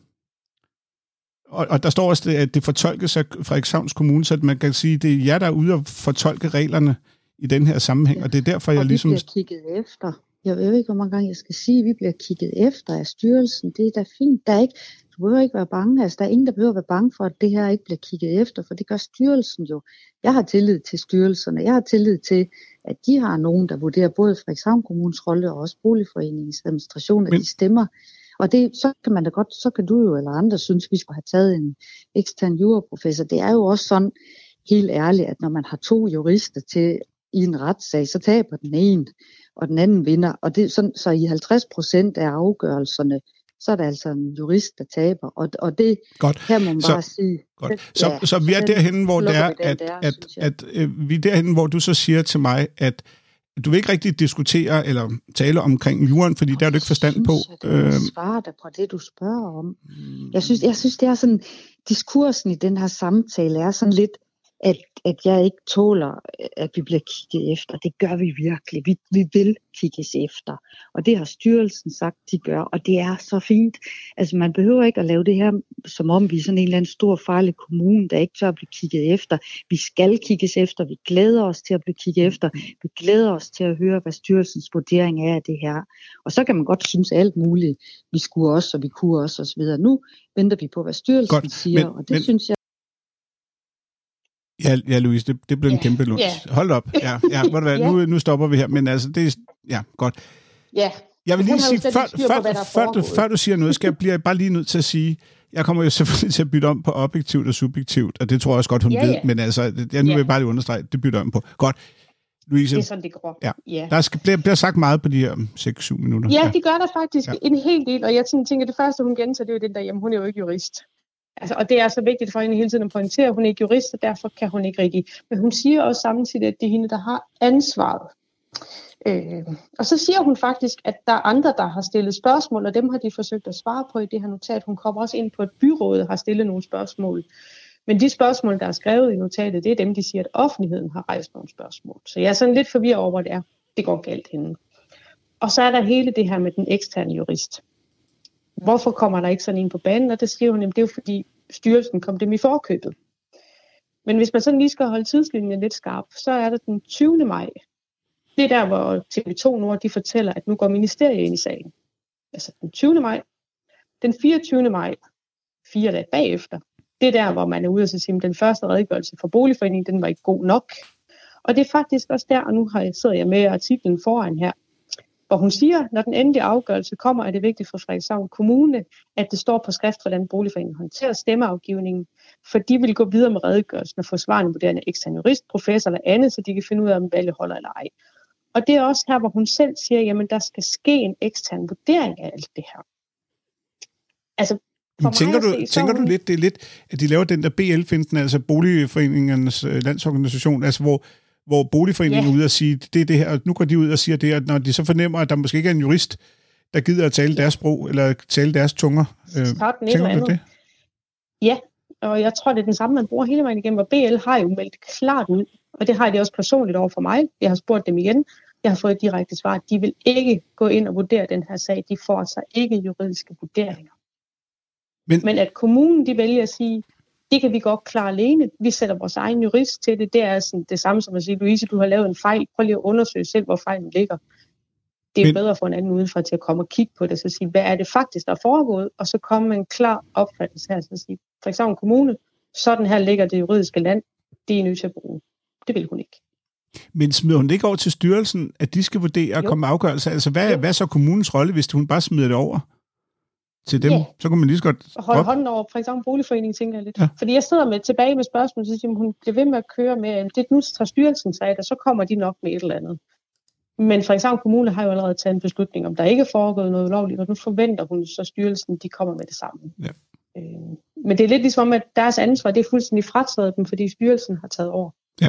Og, og der står også, at det fortolkes af Frederikshavns Kommune, så at man kan sige, at det er jer, der er ude og fortolke reglerne i den her sammenhæng, ja. Og det er derfor, jeg og ligesom... vi bliver kigget efter. Jeg ved ikke, hvor mange gange jeg skal sige, at vi bliver kigget efter af styrelsen. Det er da fint. Der er ikke, du behøver ikke være bange. Altså, der er ingen, der behøver være bange for, at det her ikke bliver kigget efter, for det gør styrelsen jo. Jeg har tillid til styrelserne. Jeg har tillid til, at de har nogen, der vurderer både Frederikshavn Kommunes rolle og også Boligforeningens administration, at Men... de stemmer. Og det, så kan man da godt, så kan du jo eller andre synes, vi skulle have taget en ekstern juraprofessor. Det er jo også sådan helt ærligt, at når man har to jurister til i en retssag, så taber den ene, og den anden vinder. Og det, så, så i halvtreds procent af afgørelserne, så er der altså en jurist, der taber. Og, og det godt. Her må man så, bare sige... Godt. Så, ja, så vi er derhenne, hvor det er, at, der, at, at, at øh, vi er derhenne, hvor du så siger til mig, at du vil ikke rigtig diskutere eller tale omkring juren, fordi der er du ikke forstand synes, på. Jeg øh, svarer dig på det, du spørger om. Jeg synes, jeg synes, det er sådan, diskursen i den her samtale er sådan lidt, at, at jeg ikke tåler, at vi bliver kigget efter. Det gør vi virkelig. Vi, vi vil kigges efter. Og det har styrelsen sagt, de gør. Og det er så fint. Altså man behøver ikke at lave det her, som om vi er sådan en eller anden stor farlig kommune, der ikke tør at blive kigget efter. Vi skal kigges efter. Vi glæder os til at blive kigget efter. Vi glæder os til at høre, hvad styrelsens vurdering er af det her. Og så kan man godt synes alt muligt. Vi skulle også, og vi kunne også, og så videre. Nu venter vi på, hvad styrelsen godt, siger. Men, og det men... synes jeg, Ja, ja, Louise, det, det blev en yeah. kæmpe lunds. Yeah. Hold op. Ja, ja, yeah. nu, nu stopper vi her, men altså, det er... Ja, godt. Ja. Yeah. Jeg vil lige sige, før, før, før, før, du, før du siger noget, skal jeg blive bare lige nødt til at sige, jeg kommer jo selvfølgelig til at bytte om på objektivt og subjektivt, og det tror jeg også godt, hun yeah, ved, yeah. men altså, jeg, nu yeah. vil jeg bare lige understrege, det bytter om på. Godt. Louise, det er sådan, det går. Ja. Yeah. Der skal, bliver, bliver sagt meget på de her seks syv minutter. Ja, ja, det gør der faktisk ja. en hel del, og jeg tænker, det første, hun gentager, det er jo den der, jamen hun er jo ikke jurist. Altså, og det er så vigtigt for hende hele tiden at pointere, at hun er ikke jurist, og derfor kan hun ikke rigtig. Men hun siger også samtidig, at det er hende, der har ansvaret. Øh, og så siger hun faktisk, at der er andre, der har stillet spørgsmål, og dem har de forsøgt at svare på i det her notat. Hun kommer også ind på, at byrådet har stillet nogle spørgsmål. Men de spørgsmål, der er skrevet i notatet, det er dem, de siger, at offentligheden har rejst nogle spørgsmål. Så jeg er sådan lidt forvirret over, hvor det er. Det går galt henne. Og så er der hele det her med den eksterne jurist. Hvorfor kommer der ikke sådan en på banen? Og det siger hun, at det er jo fordi styrelsen kom dem i forkøbet. Men hvis man sådan lige skal holde tidslinjen lidt skarp, så er det den tyvende maj. Det er der, hvor T V to Nord de fortæller, at nu går ministeriet ind i sagen. Altså den tyvende maj. Den fireogtyvende maj, fire dage bagefter, det er der, hvor man er ude og sige, at den første redegørelse for boligforeningen, den var ikke god nok. Og det er faktisk også der, og nu har jeg, sidder jeg med artiklen foran her, hvor hun siger, når den endelige afgørelse kommer, er det vigtigt for Frederikshavn Kommune, at det står på skrift, hvordan boligforeningen håndterer stemmeafgivningen, for de vil gå videre med redegørelsen og forsvarende vurderende ekstern jurist, professor eller andet, så de kan finde ud af, om valget holder eller ej. Og det er også her, hvor hun selv siger, jamen der skal ske en ekstern vurdering af alt det her. Altså, Men tænker du, se, tænker hun... du lidt, det er lidt, at de laver den der B L-finten, altså Boligforeningernes landsorganisation, altså hvor, hvor boligforeningen ja. er ude og sige, det er det her, og nu går de ud og siger det, at når de så fornemmer, at der måske ikke er en jurist, der gider at tale deres sprog, eller tale deres tunger. Øh, tænker du det? Ja, og jeg tror, det er den samme, man bruger hele vejen igennem, og B L har jo meldt klart ud, og det har de også personligt over for mig. Jeg har spurgt dem igen. Jeg har fået et direkte svar. De vil ikke gå ind og vurdere den her sag. De får altså ikke juridiske vurderinger. Men, Men at kommunen, de vælger at sige, det kan vi godt klare alene. Vi sætter vores egen jurist til det. Det er sådan det samme som at sige, Louise, du har lavet en fejl. Prøv lige at undersøge selv, hvor fejlen ligger. Det er jo Men... bedre at få en anden udenfra til at komme og kigge på det, så sige, hvad er det faktisk, der er foregået, og så komme med en klar opfattelse her, så sige, for eksempel kommune, sådan her ligger det juridiske land, det er nødt til at bruge. Det vil hun ikke. Men smider hun det ikke over til styrelsen, at de skal vurdere og komme med afgørelser? Altså, hvad, hvad er så kommunens rolle, hvis hun bare smider det over til dem? Ja. Så kunne man lige så godt... Holde op. Hånden over, for eksempel boligforeningen, tænker jeg lidt. Ja. Fordi jeg sidder med tilbage med spørgsmål, så siger hun bliver ved med at køre med, at det nu tager styrelsen sig af det, så kommer de nok med et eller andet. Men for eksempel kommune har jo allerede taget en beslutning, om der ikke er foregået noget ulovligt, og nu forventer hun så styrelsen, de kommer med det samme. Ja. Øh, men det er lidt ligesom, at deres ansvar, det er fuldstændig frataget dem, fordi styrelsen har taget over. Ja.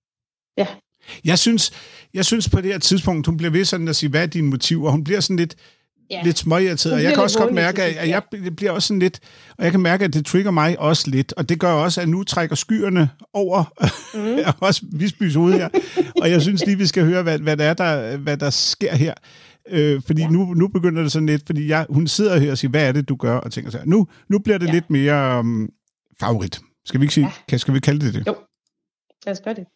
Ja. Jeg synes, jeg synes på det her tidspunkt, hun bliver ved sådan at sige, hvad er dine motiver? Hun bliver sådan lidt, ja. lidt småirriteret, og jeg kan også godt mærke, at jeg bliver også sådan lidt, og jeg kan mærke, at det trigger mig også lidt, og det gør også, at nu trækker skyerne over, mm. også Visbys hoved her, og jeg synes lige, vi skal høre, hvad, hvad, der, er, der, hvad der sker her. Øh, fordi ja. nu, nu begynder det sådan lidt, fordi jeg, hun sidder her og siger, hvad er det, du gør, og tænker så, nu, nu bliver det ja. lidt mere um, favorit. Skal vi ikke sige, ja. kan, skal vi kalde det det? Jo, lad os gøre det.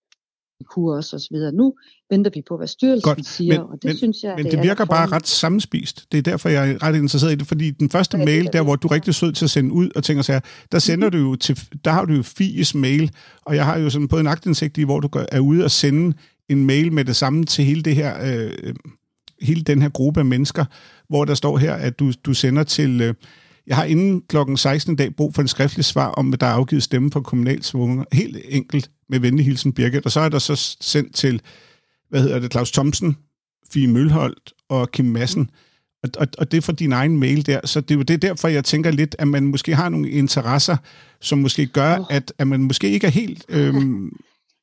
Kurs og så videre. Nu venter vi på, hvad styrelsen Godt, siger, men, og det men, synes jeg... Men det, det virker bare ret sammenspist. Det er derfor, jeg er ret interesseret i det, fordi den første ja, mail, der hvor du er rigtig sød til at sende ud og tænker sig, der sender mm-hmm. du jo til, der har du jo Fies mail, og jeg har jo sådan på en aktindsigt i, hvor du er ude og sende en mail med det samme til hele det her, øh, hele den her gruppe af mennesker, hvor der står her, at du, du sender til... Øh, jeg har inden klokken seksten dag brug for en skriftlig svar om, at der er afgivet stemme på kommunalsvunget. Helt enkelt med venlig hilsen Birgit. Og så er der så sendt til, hvad hedder det, Claus Thomsen, Fie Mølholdt og Kim Madsen. Og, og, og det er for din egen mail der. Så det er jo det derfor, jeg tænker lidt, at man måske har nogle interesser, som måske gør, oh. at, at man måske ikke er helt... Øhm,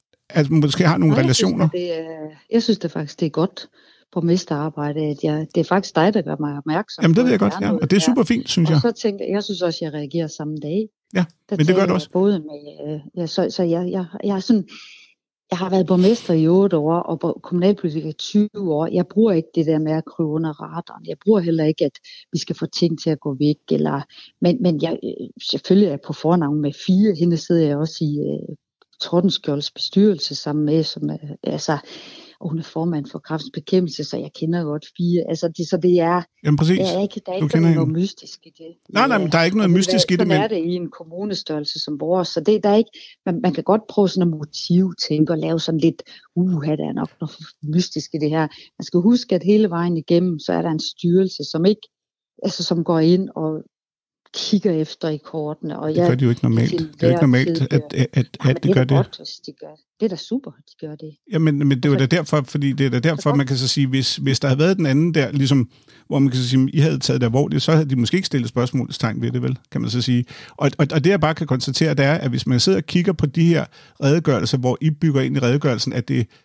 at man måske har nogle Nej, relationer. Jeg synes, det er, jeg synes det faktisk, det er godt borgmesterarbejde, at jeg, det er faktisk dig, der gør mig opmærksom. Jamen det ved jeg godt, ja, og det er super fint, synes jeg. Og så tænker jeg, jeg synes også, at jeg reagerer samme dag. Ja, der men det gør det også. Både med, ja, så, så jeg, jeg, jeg, er sådan, jeg har været borgmester i otte år, og kommunalpolitiker i tyve år. Jeg bruger ikke det der med at krybe under radaren. Jeg bruger heller ikke, at vi skal få ting til at gå væk. Eller, men, men jeg, selvfølgelig er jeg på fornavn med fire. Hende sidder jeg også i uh, Tordenskjolds bestyrelse sammen med, som uh, altså... og hun er formand for Kræftens Bekæmpelse, så jeg kender godt fire. Altså, det, så det er... Jamen præcis. Der er ikke, der er ikke noget hende. mystisk i det. Nej, nej, men der er ikke noget mystisk i det. Sådan men... er det i en kommunestørrelse som vores. Så det, der er ikke... Man, man kan godt prøve sådan at motivtænke og lave sådan lidt... Uha, der er nok noget mystisk i det her. Man skal huske, at hele vejen igennem, så er der en styrelse, som ikke... Altså, som går ind og kigger efter i kortene. Og det gør de jo ikke normalt. Det er jo ikke normalt, at, at, at, at, at de gør det. Godt, hvis de gør det. Det er da super, at de gør det. Ja, men, men det er jo da derfor, fordi det er da derfor, man kan så sige, hvis, hvis der havde været den anden der, ligesom, hvor man kan så sige, I havde taget det alvorligt, så havde de måske ikke stillet spørgsmålstegn ved det, vel, kan man så sige. Og, og, og det jeg bare kan konstatere, det er, at hvis man sidder og kigger på de her redegørelser, hvor I bygger ind i redegørelsen, at det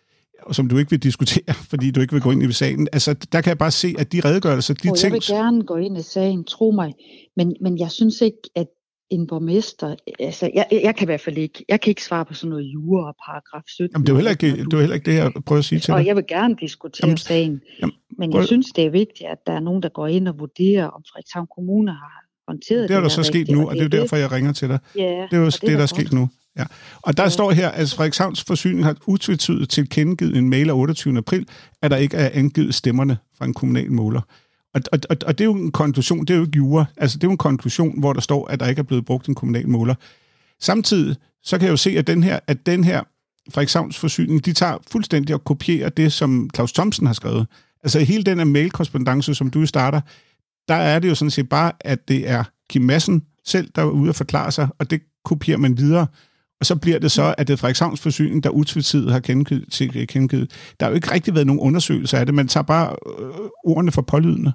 og som du ikke vil diskutere, fordi du ikke vil gå ind i sagen. Altså, der kan jeg bare se, at de redegørelser, de oh, ting... Jeg vil gerne gå ind i sagen, tro mig, men, men jeg synes ikke, at en borgmester, altså, jeg, jeg kan i hvert fald ikke, jeg kan ikke svare på sådan noget jura og paragraf sytten. Jamen, det er jo heller ikke det, er heller ikke det jeg prøver at sige til dig. Og jeg vil gerne diskutere jamen, sagen, jamen, men jeg synes, det er vigtigt, at der er nogen, der går ind og vurderer, om Frederikshavn Kommune har håndteret det. Det er der så sket rigtigt, nu, og det er jo derfor, jeg ringer til dig. Ja, det er jo det, det der er sket nu. Ja. Og der ja. står her, at Frederikshavns Forsyning har utvetydigt tilkendegivet en mail af otteogtyvende april, at der ikke er angivet stemmerne fra en kommunal måler. Og, og, og, og det er jo en konklusion, det er jo ikke jura, altså det er jo en konklusion, hvor der står, at der ikke er blevet brugt en kommunal måler. Samtidig, så kan jeg jo se, at den her, at den her Frederikshavns Forsyning, de tager fuldstændig og kopierer det, som Claus Thomsen har skrevet. Altså hele den her mailkorrespondance, som du starter, der er det jo sådan set bare, at det er Kim Madsen selv, der er ude og forklare sig, og det kopierer man videre. Og så bliver det så, at det er Frederikshavns Forsyning, der utvetydigt har kendegivet. Der har jo ikke rigtig været nogen undersøgelser af det, man tager bare øh, ordene for pålydende.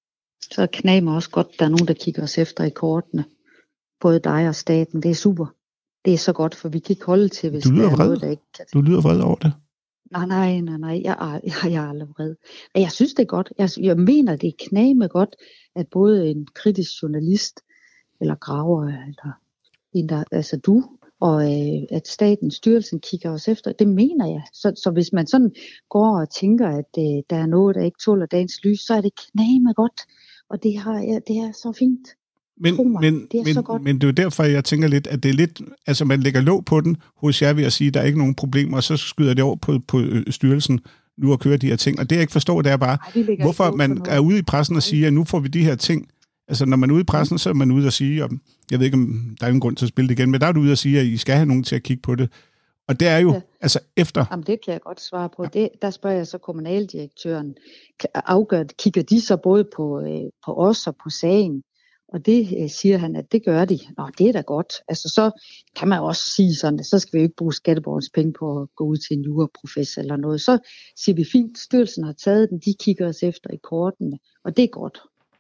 Så knag mig også godt, der er nogen, der kigger os efter i kortene. Både dig og staten, det er super. Det er så godt, for vi kan ikke holde til, hvis du lyder der er vred. noget, der ikke kan. Du lyder vred over det. Nej, nej, nej, nej, jeg er, jeg, jeg er aldrig vred. Jeg synes, det er godt. Jeg, jeg mener, det er knagme godt, at både en kritisk journalist, eller graver, eller en der, altså du, og øh, at statens styrelsen kigger os efter, det mener jeg. Så, så hvis man sådan går og tænker, at øh, der er noget, der ikke tåler dagens lys, så er det knagme godt, og det, har, ja, det er så fint. Men, mig, men, det er men, så godt. Men det er jo derfor, jeg tænker lidt, at det er lidt, altså man lægger låg på den hos jer ved at sige, at der er ikke nogen problemer, og så skyder det over på, på styrelsen nu at køre de her ting. Og det jeg ikke forstår, det er bare, Ej, hvorfor man er ude i pressen og siger, at nu får vi de her ting. Altså når man er ude i pressen, så er man ude og sige, om, jeg ved ikke, om der er en grund til at spille det igen, men der er du ude og sige, at I skal have nogen til at kigge på det. Og det er jo, ja. altså efter... Jamen det kan jeg godt svare på. Ja. Det, der spørger jeg så kommunaldirektøren, afgør, kigger de så både på, øh, på os og på sagen? Og det øh, siger han, at det gør de. Nå, det er da godt. Altså så kan man også sige sådan, så skal vi jo ikke bruge skatteborgernes penge på at gå ud til en juraprofessor eller noget. Så siger vi fint, styrelsen har taget den, de kigger os efter i kortene, og det er godt.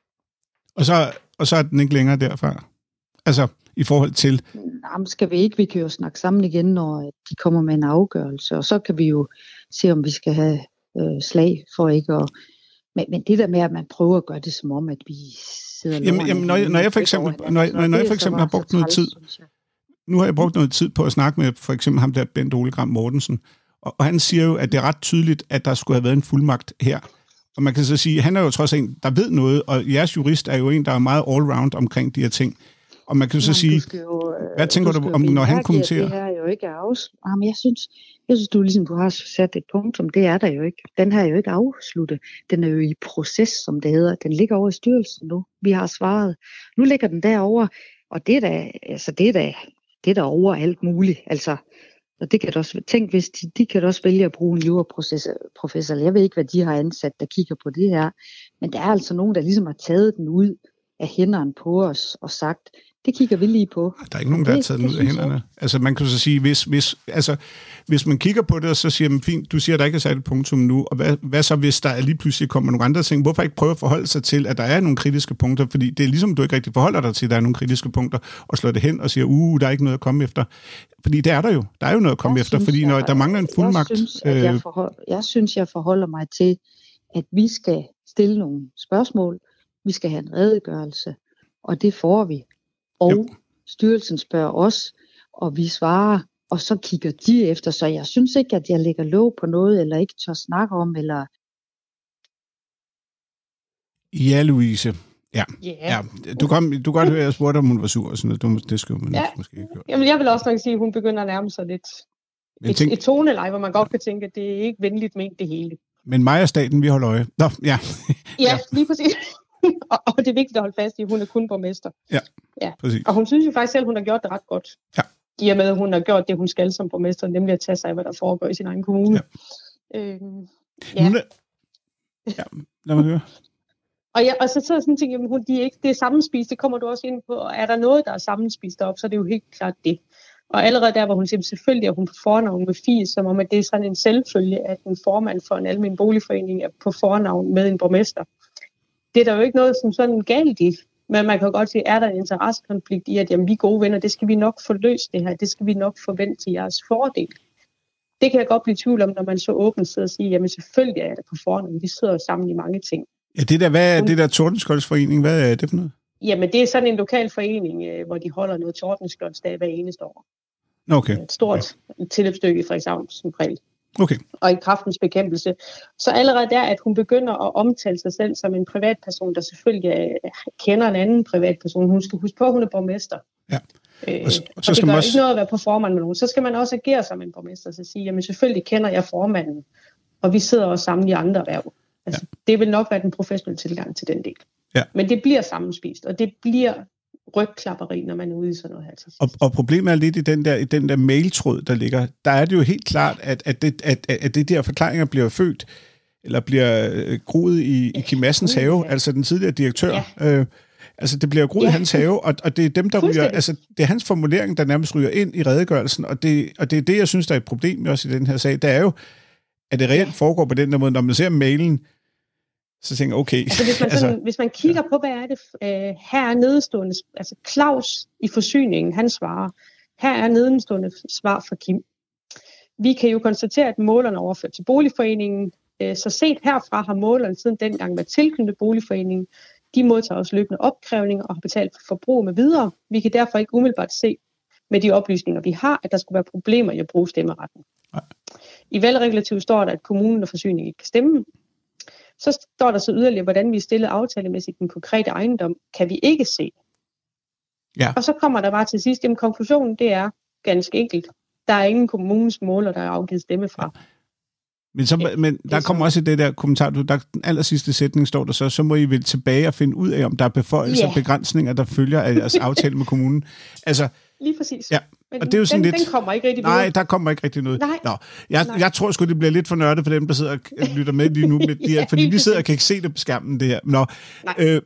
Og så, og så er den ikke længere derfra? Altså i forhold til... Jamen skal vi ikke, vi kan jo snakke sammen igen, når de kommer med en afgørelse, og så kan vi jo se, om vi skal have øh, slag for ikke at... Men, men det der med, at man prøver at gøre det som om, at vi sidder... Jamen, jamen når, jeg, når jeg for eksempel, når, når, når jeg for eksempel har brugt noget tid... Nu har jeg brugt noget tid på at snakke med for eksempel ham der Bent Ole Gram Mortensen, og, og han siger jo, at det er ret tydeligt, at der skulle have været en fuldmagt her. Og man kan så sige, at han er jo trods en, der ved noget, og jeres jurist er jo en, der er meget all-round omkring de her ting. Og man kan så sige, jo, hvad tænker du, du om, når han kommenterer? Det her er jo ikke afsluttet. Jamen, jeg synes, jeg synes, du ligesom du har sat et punktum. Det er der jo ikke. Den her er jo ikke afsluttet. Den er jo i proces, som det hedder. Den ligger over i styrelsen nu. Vi har svaret. Nu ligger den derovre, og det er da, altså det er da, det er da over alt muligt. Altså, og det kan du også tænke, hvis de, de kan også vælge at bruge en juraprofessor. Jeg ved ikke, hvad de har ansat, der kigger på det her. Men der er altså nogen, der ligesom har taget den ud af hænderne på os og sagt, det kigger vi lige på. Der er ikke nogen, der har taget den ud af hænderne. Altså man kan så sige, hvis, hvis, altså, hvis man kigger på det, og så siger man, fint, du siger, at der ikke er sat et punktum nu, og hvad, hvad så, hvis der lige pludselig kommer nogle andre ting? Hvorfor ikke prøve at forholde sig til, at der er nogle kritiske punkter? Fordi det er ligesom, du ikke rigtig forholder dig til, at der er nogle kritiske punkter, og slår det hen og siger, uh, der er ikke noget at komme efter. Fordi det er der jo. Der er jo noget at komme jeg efter, synes, fordi når jeg, der mangler en fuldmagt... Jeg synes, at jeg, forhold, jeg synes, jeg forholder mig til, at vi skal stille nogle spørgsmål, vi skal have en redegørelse, og det får vi. Og jo. Styrelsen spørger os, og vi svarer, og så kigger de efter. Så jeg synes ikke, at jeg lægger låg på noget, eller ikke tør snakke om, eller... Ja, Louise. Ja. Yeah. ja. Du kan du godt høre, at jeg spurgte, om hun var sur, og sådan noget. Det skulle man ja. måske ikke gøre. Jamen, jeg vil også nok sige, at hun begynder at nærme sig lidt et, tænk... et toneleje, hvor man godt kan tænke, at det er ikke venligt ment det hele. Men mig og staten, vi holder øje. Nå, ja. ja, lige præcis. og, og det er vigtigt at holde fast i, at hun er kun borgmester. Ja, ja, præcis. Og hun synes jo faktisk selv, at hun har gjort det ret godt. Ja. I og med, at hun har gjort det, hun skal som borgmester, nemlig at tage sig af, hvad der foregår i sin egen kommune. Ja. Øhm, ja. ja, lad mig høre. Og, ja, og så sidder sådan en ting, jamen, hun, de er ikke, det er sammenspist, det kommer du også ind på, og er der noget, der er sammenspist op, så er det jo helt klart det. Og allerede der, hvor hun siger, selvfølgelig er hun på fornavn med Fie, som om at det er sådan en selvfølge, at en formand for en almen boligforening er på fornavn med en borgmester. Det er der jo ikke noget som sådan galt i, men man kan godt sige, er der en interessekonflikt i, at jamen, vi er gode venner, det skal vi nok få løst det her, det skal vi nok forvente til jeres fordel. det kan jeg godt blive i tvivl om, når man så åbent sidder og siger, jamen selvfølgelig er jeg der på forhånd, vi sidder jo sammen i mange ting. Ja, det der, hvad er det der Tordenskjoldsforening, hvad er det for noget? Jamen, det er sådan en lokal forening, øh, hvor de holder noget Tordenskjoldsdag hver eneste år. Okay. Et stort ja. tilløbsstykke i Frederikshavn som regel. Okay. Og i Kræftens Bekæmpelse. Så allerede der, at hun begynder at omtale sig selv som en privatperson, der selvfølgelig øh, kender en anden privatperson. Hun skal huske på, at hun er borgmester. Ja. Øh, og, så, og, og det gør også... ikke noget at være på formand med nogen. Så skal man også agere som en borgmester, så sige, jamen selvfølgelig kender jeg formanden, og vi sidder også sammen i andre erhverv. Altså, ja. Det vil nok være den professionelle tilgang til den del. Ja. Men det bliver sammenspist, og det bliver rygklapperi, når man er ude i sådan noget her til sidst. Og, og problemet er lidt i den der, i den der mailtråd, der ligger. Der er det jo helt klart, at, at, det, at, at det der forklaringer bliver født, eller bliver øh, groet i, i Kim Madsens have, ja. altså den tidligere direktør. Ja. Øh, altså det bliver groet ja. i hans have, og, og det er dem, der ryger, altså det er hans formulering, der nærmest ryger ind i redegørelsen, og det, og det er det, jeg synes, der er et problem også i den her sag. Det er jo, at det reelt ja. foregår på den der måde, når man ser mailen, så tænker jeg, okay. Altså, hvis, man sådan, altså, hvis man kigger ja. på, hvad er det, øh, her er nedstående, altså Claus i forsyningen, han svarer, her er nedstående svar fra Kim. Vi kan jo konstatere, at målerne er overført til boligforeningen, øh, så set herfra har målerne siden dengang været tilknyttet boligforeningen. De modtager også løbende opkrævninger og har betalt for forbrug med videre. Vi kan derfor ikke umiddelbart se med de oplysninger, vi har, at der skulle være problemer i at bruge stemmeretten. Ja. I valgregulativet står der, at kommunen og forsyningen ikke kan stemme. Så står der så yderligere, hvordan vi er stillet aftalemæssigt den konkrete ejendom, kan vi ikke se. Ja. Og så kommer der bare til sidst, jamen konklusionen, det er ganske enkelt. Der er ingen kommunens måler, der er afgivet stemme fra. Ja. Men, så, ja, men der kommer også i det der kommentar, du, der den aller sidste sætning står der så, så må I vel tilbage og finde ud af, om der er beføjelser og yeah. begrænsninger, der følger af jeres aftale med kommunen. Altså, lige præcis. Ja. Men og det er jo sådan den, lidt... den kommer ikke rigtig Nej, videre. Der kommer ikke rigtig noget. Nej. Nå, jeg, Nej. jeg tror sgu, det bliver lidt for nørdet for dem, der sidder og lytter med lige nu. Med de her, fordi vi sidder og kan ikke se det på skærmen, det her. Nå, øh,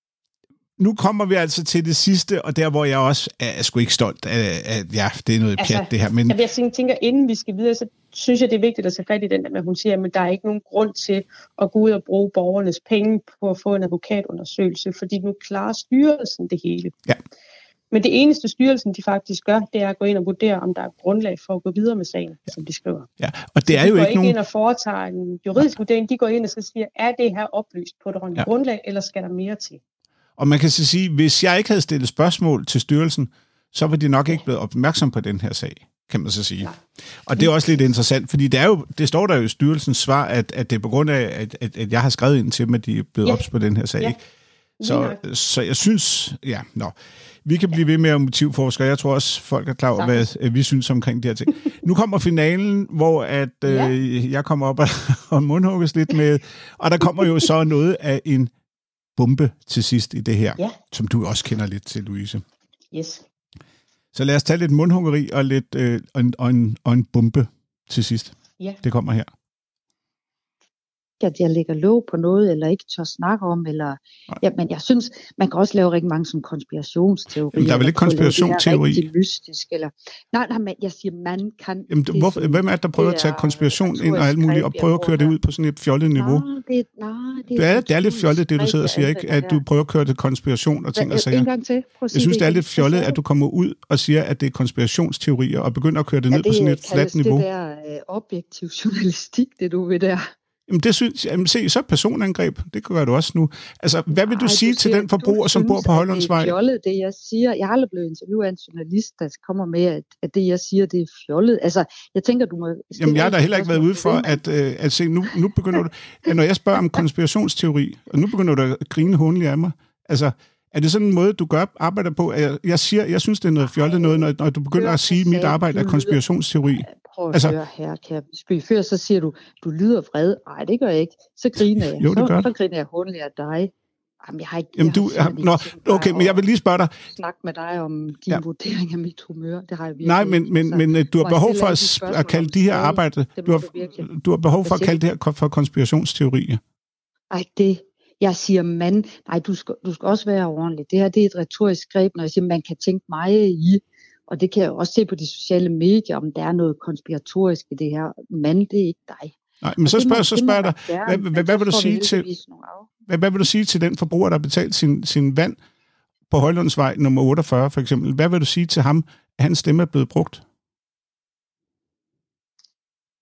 nu kommer vi altså til det sidste, og der, hvor jeg også er, er sgu ikke stolt af, at ja, det er noget altså, pjat, det her. Men... Jeg, jeg tænker, inden vi skal videre, så synes jeg, det er vigtigt at tage fat i den der med, at hun siger, at der er ikke nogen grund til at gå ud og bruge borgernes penge på at få en advokatundersøgelse, fordi nu klarer styrelsen det hele. Ja. Men det eneste styrelsen, de faktisk gør, det er at gå ind og vurdere, om der er grundlag for at gå videre med sagen, ja. som de skriver. Ja, og det er de jo ikke ikke nogen... ind og foretager en juridisk ja. vurdering, de går ind og så siger, er det her oplyst på det ordentlige ja. grundlag, eller skal der mere til? Og man kan så sige, hvis jeg ikke havde stillet spørgsmål til styrelsen, så var de nok ikke blevet opmærksom på den her sag, kan man så sige. Ja. Og det er også lidt interessant, fordi det, er jo, det står der jo i styrelsens svar, at, at det er på grund af, at, at, at jeg har skrevet ind til dem, at de er blevet ja. ops på den her sag. Ja. Så, så jeg synes, ja, nå, vi kan blive ved med at motivforske, jeg tror også, folk er klar over, hvad vi synes omkring de her ting. Nu kommer finalen, hvor at, ja. øh, jeg kommer op og, og mundhugges lidt med, og der kommer jo så noget af en bombe til sidst i det her, ja. som du også kender lidt til, Louise. Yes. Så lad os tage lidt mundhuggeri og, lidt, øh, og, en, og, en, og en bombe til sidst. Ja. Det kommer her. At jeg lægger låg på noget, eller ikke tør snakke om, eller... Ja, men jeg synes, man kan også lave rigtig mange som konspirationsteorier. Jamen, der er vel ikke konspirationsteori? Det er mystisk, eller... Nej, nej, men jeg siger, man kan... Jamen, det, hvorfor, hvem er det, der prøver at tage konspiration ind og alt muligt, og prøver at køre det ud på sådan et fjollet niveau? Nej, det, nej, det, det, er, det er lidt fjollet, det du sidder og siger, ikke? At du prøver at køre til konspiration og ting og sager. En gang til. Jeg synes, det er lidt fjollet, at du kommer ud og siger, at det er konspirationsteorier, og begynder at køre det ned på sådan et fladt niveau. Det der objektiv journalistik, det du ved der. Jamen, det synes, jamen, se, så personangreb, det gør du også nu. Altså, hvad vil du Nej, sige du til siger, den forbruger, som bor på Højlundsvej? Det er fjollet, det jeg siger. Jeg har aldrig blevet interviewet af en journalist, der kommer med, at, at det jeg siger, det er fjollet. Altså, jeg tænker, du må... Jamen, jeg har da heller ikke været ude for, at, øh, at se, nu, nu begynder du... At når jeg spørger om konspirationsteori, og nu begynder du at grine håndeligt af mig, altså... Er det sådan en måde, du gør arbejder på? Jeg, jeg siger, jeg synes, det er noget fjollet noget, når, når du begynder at sige, at mit arbejde er konspirationsteori. Prøv at altså, høre her, kære Bisby. Før så siger du, du lyder vred. Nej, det gør jeg ikke. Så griner jeg. Jo, det gør så, så griner jeg hundeligt af dig. Jamen, jeg har ikke... Jamen, du... Har, nå, okay, men jeg vil lige spørge dig... Snak med dig om din ja. vurdering af mit humør. Det har jeg virkelig. Nej, men, men, men du har behov for at, at kalde de her arbejde... Du har, du har behov for at kalde det her for konspirationsteorier. Ej, det... Jeg siger mand, nej, du skal, du skal også være ordentlig. Det her, det er et retorisk greb, når jeg siger, man kan tænke meget i, og det kan jeg også se på de sociale medier, om der er noget konspiratorisk i det her. Mand, det er ikke dig. Nej, men så spørger, så spørger dig, hvad, hvad, hvad, vil du sige til, hvad, hvad vil du sige til den forbruger, der har betalt sin, sin vand på Højlundsvej nummer otteogfyrre, for eksempel? Hvad vil du sige til ham, at hans stemme er blevet brugt?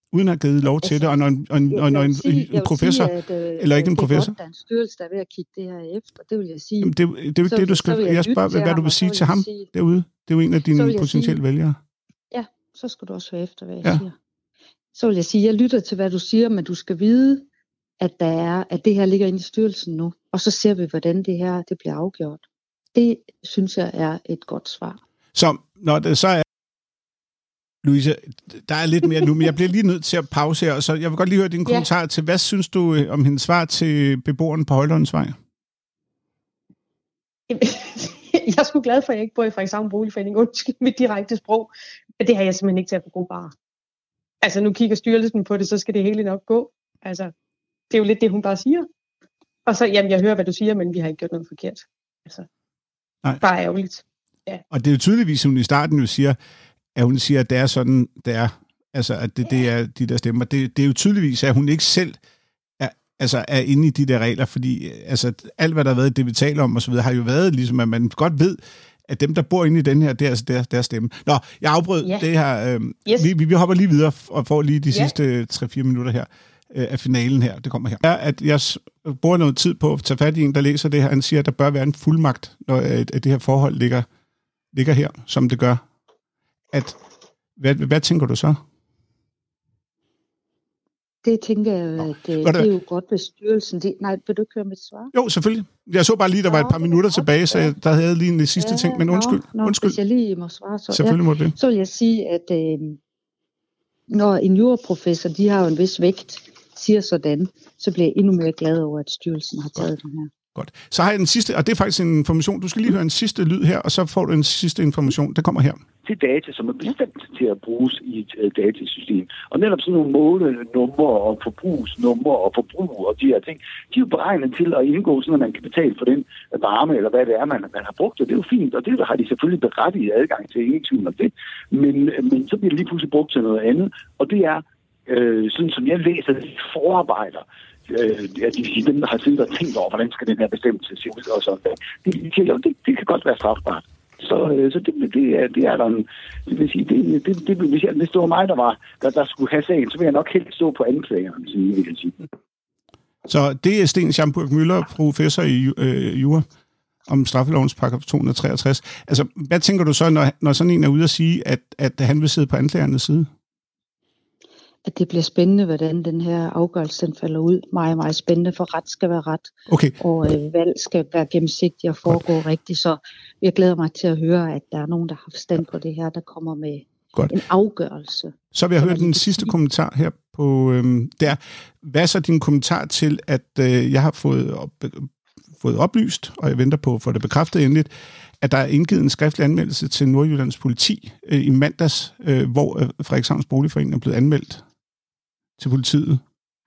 uden at have givet lov til altså, det, og når en, og en, og når en, sige, en professor, sige, at, øh, eller ikke en professor... Det er godt, der er en styrelse, der er ved at kigge det her efter, det vil jeg sige. Jamen, det, det er jo ikke det, du skal... Jeg, jeg spørger, hvad, hvad du vil sige til ham sige, derude. Det er jo en af dine potentielle vælgere. Ja, så skal du også høre efter, hvad jeg ja. siger. Så vil jeg sige, jeg lytter til, hvad du siger, men du skal vide, at, der er, at det her ligger inde i styrelsen nu, og så ser vi, hvordan det her det bliver afgjort. Det synes jeg er et godt svar. Så når det så er... Louise, der er lidt mere nu, men jeg bliver lige nødt til at pause her, så jeg vil godt lige høre din ja. kommentar til, hvad synes du om hendes svar til beboeren på Højlundsvej? Jeg er sgu glad for, at jeg ikke bor i Frederikshavn Boligforening. Undskyld mit direkte sprog. Det har jeg simpelthen ikke til at få god bare. Altså, nu kigger styrelsen på det, så skal det hele nok gå. Altså, det er jo lidt det, hun bare siger. Og så, jamen, jeg hører, hvad du siger, men vi har ikke gjort noget forkert. Altså, Nej. Bare ærgerligt. Ja. Og det er jo tydeligvis, hun i starten jo siger, at hun siger, at det er sådan, det er. Altså, at det, det er de der stemmer. Det, det er jo tydeligvis, at hun ikke selv er, altså, er inde i de der regler, fordi altså, alt, hvad der har været, det vi taler om og så videre, har jo været ligesom, at man godt ved, at dem, der bor inde i den her, det er altså deres, deres stemme. Nå, jeg afbrød yeah. det her. Øh, yes. vi, vi hopper lige videre og får lige de yeah. sidste tre-fire minutter her øh, af finalen her. Det kommer her. Er, at jeg bruger noget tid på at tage fat i en, der læser det her. Han siger, at der bør være en fuldmagt, når at, at det her forhold ligger, ligger her, som det gør. At, hvad, hvad tænker du så? Det tænker jeg, at det, det er jo godt ved styrelsen. Det, nej, vil du ikke høre mit svar? Jo, selvfølgelig. Jeg så bare lige, der var et par minutter tilbage, så jeg, der havde jeg lige en sidste ja, ting, men undskyld. Nå, undskyld. Hvis jeg lige må svare, så, selvfølgelig må det. Så vil jeg sige, at øh, når en juraprofessor, de har jo en vis vægt, siger sådan, så bliver jeg endnu mere glad over, at styrelsen har taget den her. Godt. Så har jeg den sidste, og det er faktisk en information. Du skal lige høre en sidste lyd her, og så får du en sidste information. Det kommer her. Til data, som er bestemt til at bruges i et uh, datasystem. Og netop sådan nogle målenummer og forbrugsnummer og forbrug og de her ting, de er jo beregnet til at indgå, sådan at man kan betale for den varme, eller hvad det er, man, man har brugt. Og det er jo fint, og det har de selvfølgelig berettiget adgang til, ingen tvivl om det. Men, men så bliver det lige pludselig brugt til noget andet, og det er, øh, sådan som jeg læser det, forarbejder. At de siger, dem, der har siddet og tænkt over, hvordan skal den her bestemmelse se ud og sådan. De siger, jo, det, det kan godt være strafbart. Så, så det, det, er, det er der en, det vil sige, det, det, det, hvis, jeg, hvis det var mig, der, var, der, der skulle have sagen, så vil jeg nok helt stå på anklageren, vil jeg sige. Så det er Sten Schaumburg Müller, professor i øh, jura om straffelovens paragraf to hundrede og treogtres. Altså, hvad tænker du så, når, når sådan en er ude at sige, at, at han vil sidde på anklagernes side? At det bliver spændende, hvordan den her afgørelse den falder ud. Meget, meget spændende, for ret skal være ret. Okay. Og øh, valg skal være gennemsigtigt og foregå Godt. rigtigt. Så jeg glæder mig til at høre, at der er nogen, der har forstand på det her, der kommer med Godt. en afgørelse. Så vil jeg høre den sidste sige. kommentar her på øhm, der. Hvad er så din kommentar til, at øh, jeg har fået, op, fået oplyst, og jeg venter på at få det bekræftet endeligt, at der er indgivet en skriftlig anmeldelse til Nordjyllands politi øh, i mandags, øh, hvor øh, Frederikshavns Boligforening er blevet anmeldt til politiet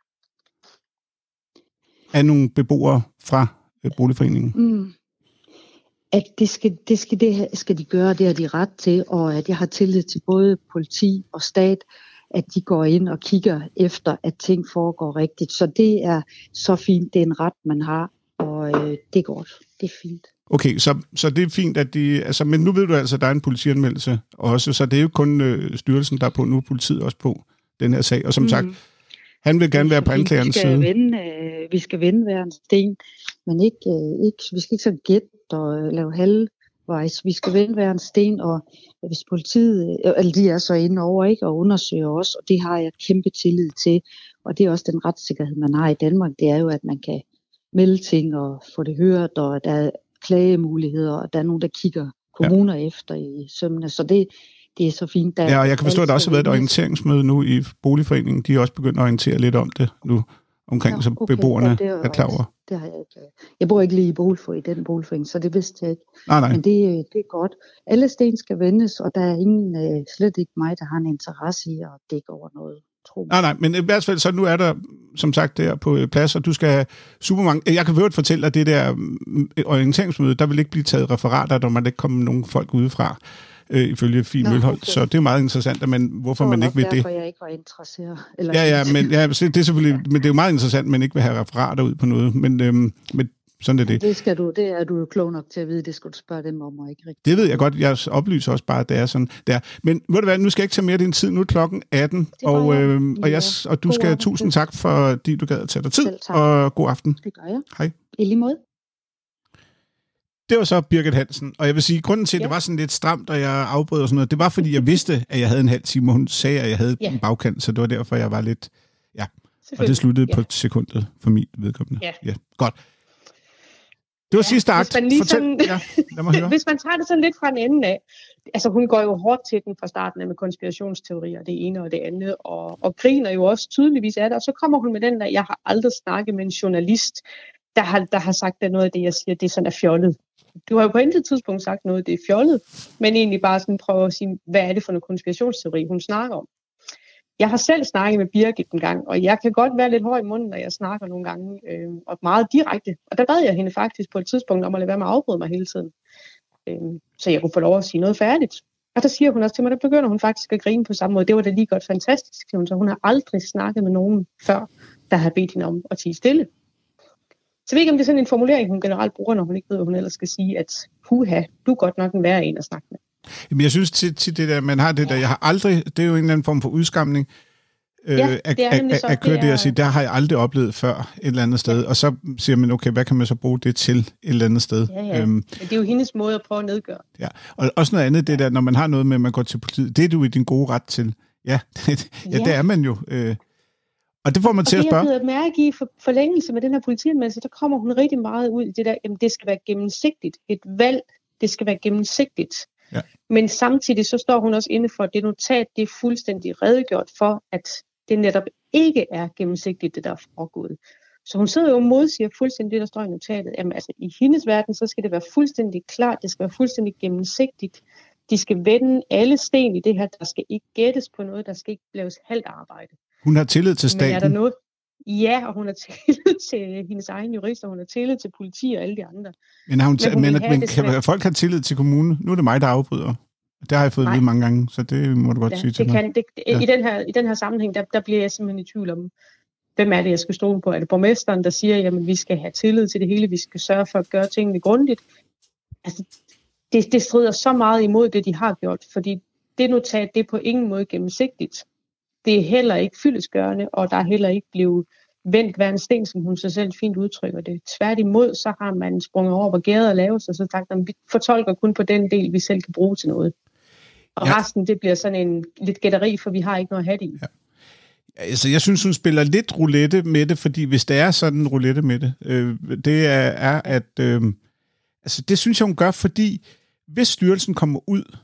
af nogle beboere fra øh, boligforeningen? Mm. At det skal, det, skal, det skal de gøre, det har de ret til, og at jeg har tillid til både politi og stat, at de går ind og kigger efter, at ting foregår rigtigt. Så det er så fint, det er en ret, man har, og øh, det er godt, det er fint. Okay, så, så det er fint, at de... Altså, men nu ved du altså, at der er en politianmeldelse også, så det er jo kun øh, styrelsen, der er på, nu er politiet også på den her sag, og som mm. sagt, han vil gerne være på anklagerens side. Vende, øh, vi skal vende hver en sten, men ikke, øh, ikke, vi skal ikke så gætte og øh, lave halvvejs. Vi skal vende hver en sten, og øh, hvis politiet, øh, eller de er så inde over, ikke, og undersøger os, og det har jeg kæmpe tillid til, og det er også den retssikkerhed, man har i Danmark, det er jo, at man kan melde ting og få det hørt, og der er klagemuligheder, og der er nogen, der kigger kommuner ja. efter i sømmene, så det Det er så fint. Der ja, og jeg kan forstå, at der også har været et orienteringsmøde nu i Boligforeningen. De er også begyndt at orientere lidt om det nu, omkring, ja, okay. så beboerne ja, er, er klar over. Det har jeg ikke. Jeg bor ikke lige i boligforening, i den boligforening, så det vidste jeg ikke. Nej, nej. Men det, det er godt. Alle sten skal vendes, og der er ingen, slet ikke mig, der har en interesse i at dække over noget. Nej, nej, men i hvert fald, så nu er der, som sagt, der på plads, og du skal have super mange... Jeg kan høre fortælle, at det der orienteringsmøde, der vil ikke blive taget referater, når man ikke kommer nogen folk udefra. Øh, ifølge Fie Mølholdt, okay. Så det er jo meget interessant, at man, hvorfor man ikke vil det. Det var jeg ikke var interesseret. Eller ja, ja, men ja, det er selvfølgelig, men det er jo meget interessant, at man ikke vil have referater ud på noget. Men, øhm, men sådan er det. Det, skal du, det er du jo klog nok til at vide, det skal du spørge dem om, og ikke rigtigt. Det ved jeg godt, jeg oplyser også bare, at det er sådan der. Men ved du hvad, nu skal jeg ikke tage mere af din tid, nu er klokken atten, og, øh, og, jeg, og du skal have tusind tak, fordi du gad at tage dig tid, og god aften. Det gør jeg. Hej. I lige måde. Det var så Birgit Hansen, og jeg vil sige, grunden til, at ja. det var sådan lidt stramt, og jeg afbrød og sådan noget, det var, fordi jeg vidste, at jeg havde en halv time, og hun sagde, at jeg havde ja. en bagkant, så det var derfor, jeg var lidt, ja, og det sluttede ja. på sekundet for mit vedkommende. Ja. ja. Godt. Det var ja, sidste akt. Fortæl. Sådan, ja, lad mig høre. Hvis man tager det sådan lidt fra en ende af, altså hun går jo hårdt til den fra starten af med konspirationsteorier, det ene og det andet, og, og griner jo også tydeligvis af det, og så kommer hun med den der, jeg har aldrig snakket med en journalist, der har, der har sagt, at noget af det, jeg siger, det er sådan er fjollet. Du har jo på intet tidspunkt sagt noget, det er fjollet, men egentlig bare sådan prøve at sige, hvad er det for en konspirationsteori, hun snakker om. Jeg har selv snakket med Birgit en gang, og jeg kan godt være lidt hård i munden, når jeg snakker nogle gange, øh, og meget direkte. Og der bad jeg hende faktisk på et tidspunkt om at lade være med at afbryde mig hele tiden, øh, så jeg kunne få lov at sige noget færdigt. Og der siger hun også til mig, der begynder hun faktisk at grine på samme måde. Det var da lige godt fantastisk, siger hun. Så hun har aldrig snakket med nogen før, der har bedt hende om at tie stille. Så jeg ved ikke, om det er sådan en formulering, hun generelt bruger, når hun ikke ved, hvad hun ellers skal sige, at huha, du er godt nok en værre en at snakke med. Jamen, jeg synes til, til det der, man har det der, jeg har aldrig, det er jo en eller anden form for udskamning, øh, ja, at, at, at køre det, det og sige, der har jeg aldrig oplevet før et eller andet sted, ja. Og så siger man, okay, hvad kan man så bruge det til et eller andet sted? Ja, ja. Øhm, Men det er jo hendes måde at prøve at nedgøre. Ja, og også noget andet, det der, når man har noget med, at man går til politiet, det er du i din gode ret til. Ja, det, ja, ja. det er man jo. Øh, og det får man og til at spørge. Og det, jeg blevet mærke i for, forlængelse med den her politianmeldelse, der kommer hun rigtig meget ud i det der, jamen det skal være gennemsigtigt. Et valg, det skal være gennemsigtigt. Ja. Men samtidig så står hun også inde for, at det notat, det er fuldstændig redegjort for, at det netop ikke er gennemsigtigt, det der er foregået. Så hun sidder jo og modsiger fuldstændig det, der står i notatet. Jamen altså, i hendes verden, så skal det være fuldstændig klart, det skal være fuldstændig gennemsigtigt. De skal vende alle sten i det her, der skal ikke gættes på noget, der skal ikke laves halvt arbejde. Hun har tillid til staten. Men er der noget? Ja, og hun har tillid til hendes egen jurister, hun har tillid til politi og alle de andre. Men, har hun t- men, men, men kan folk have tillid til kommunen? Nu er det mig, der afbryder. Det har jeg fået at vide mange gange, så det må du godt ja, sige til det mig. Kan, det, ja. i, den her, I den her sammenhæng, der, der bliver jeg simpelthen i tvivl om, hvem er det, jeg skal stole på? Er det borgmesteren, der siger, jamen vi skal have tillid til det hele, vi skal sørge for at gøre tingene grundigt? Altså, det, det strider så meget imod det, de har gjort, fordi det notat, det er på ingen måde gennemsigtigt. Det er heller ikke fyldestgørende, og der er heller ikke blevet vendt hver en sten, som hun så selv fint udtrykker det. Tværtimod, så har man sprunget over, hvor gæret er lavet, og så sagt, at vi fortolker kun på den del, vi selv kan bruge til noget. Og ja. resten, det bliver sådan en lidt gætteri, for vi har ikke noget at have det i. Ja. Altså, jeg synes, hun spiller lidt roulette med det, fordi hvis der er sådan en roulette med det, øh, det er, er at... Øh, altså, det synes jeg, hun gør, fordi hvis styrelsen kommer ud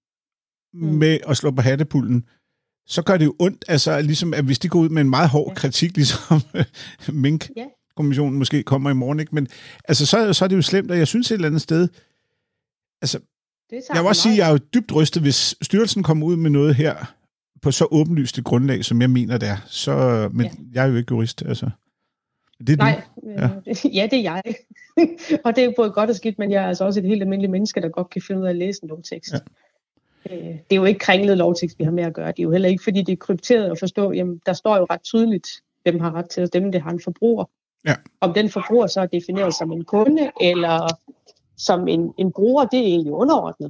mm. med at slå på hattepulden, så gør det jo ondt, altså ligesom, at hvis de går ud med en meget hård ja. kritik, ligesom Mink-kommissionen ja. måske kommer i morgen, ikke? Men altså, så, så er det jo slemt, og jeg synes et eller andet sted, altså, jeg vil også sige, at jeg er jo dybt rystet, hvis styrelsen kommer ud med noget her, på så åbenlyst et grundlag, som jeg mener, det er. Så, men ja. jeg er jo ikke jurist, altså. Det er Nej, ja. ja, det er jeg. Og det er jo både godt og skidt, men jeg er altså også et helt almindeligt menneske, der godt kan finde ud af at læse en lovtekst. Ja. Det er jo ikke kringlet lovtekst, vi har med at gøre. Det er jo heller ikke, fordi det er krypteret at forstå. Jamen, der står jo ret tydeligt, hvem har ret til at stemme. Det har en forbruger. Ja. Om den forbruger så er defineret som en kunde, eller som en, en bruger, det er egentlig underordnet.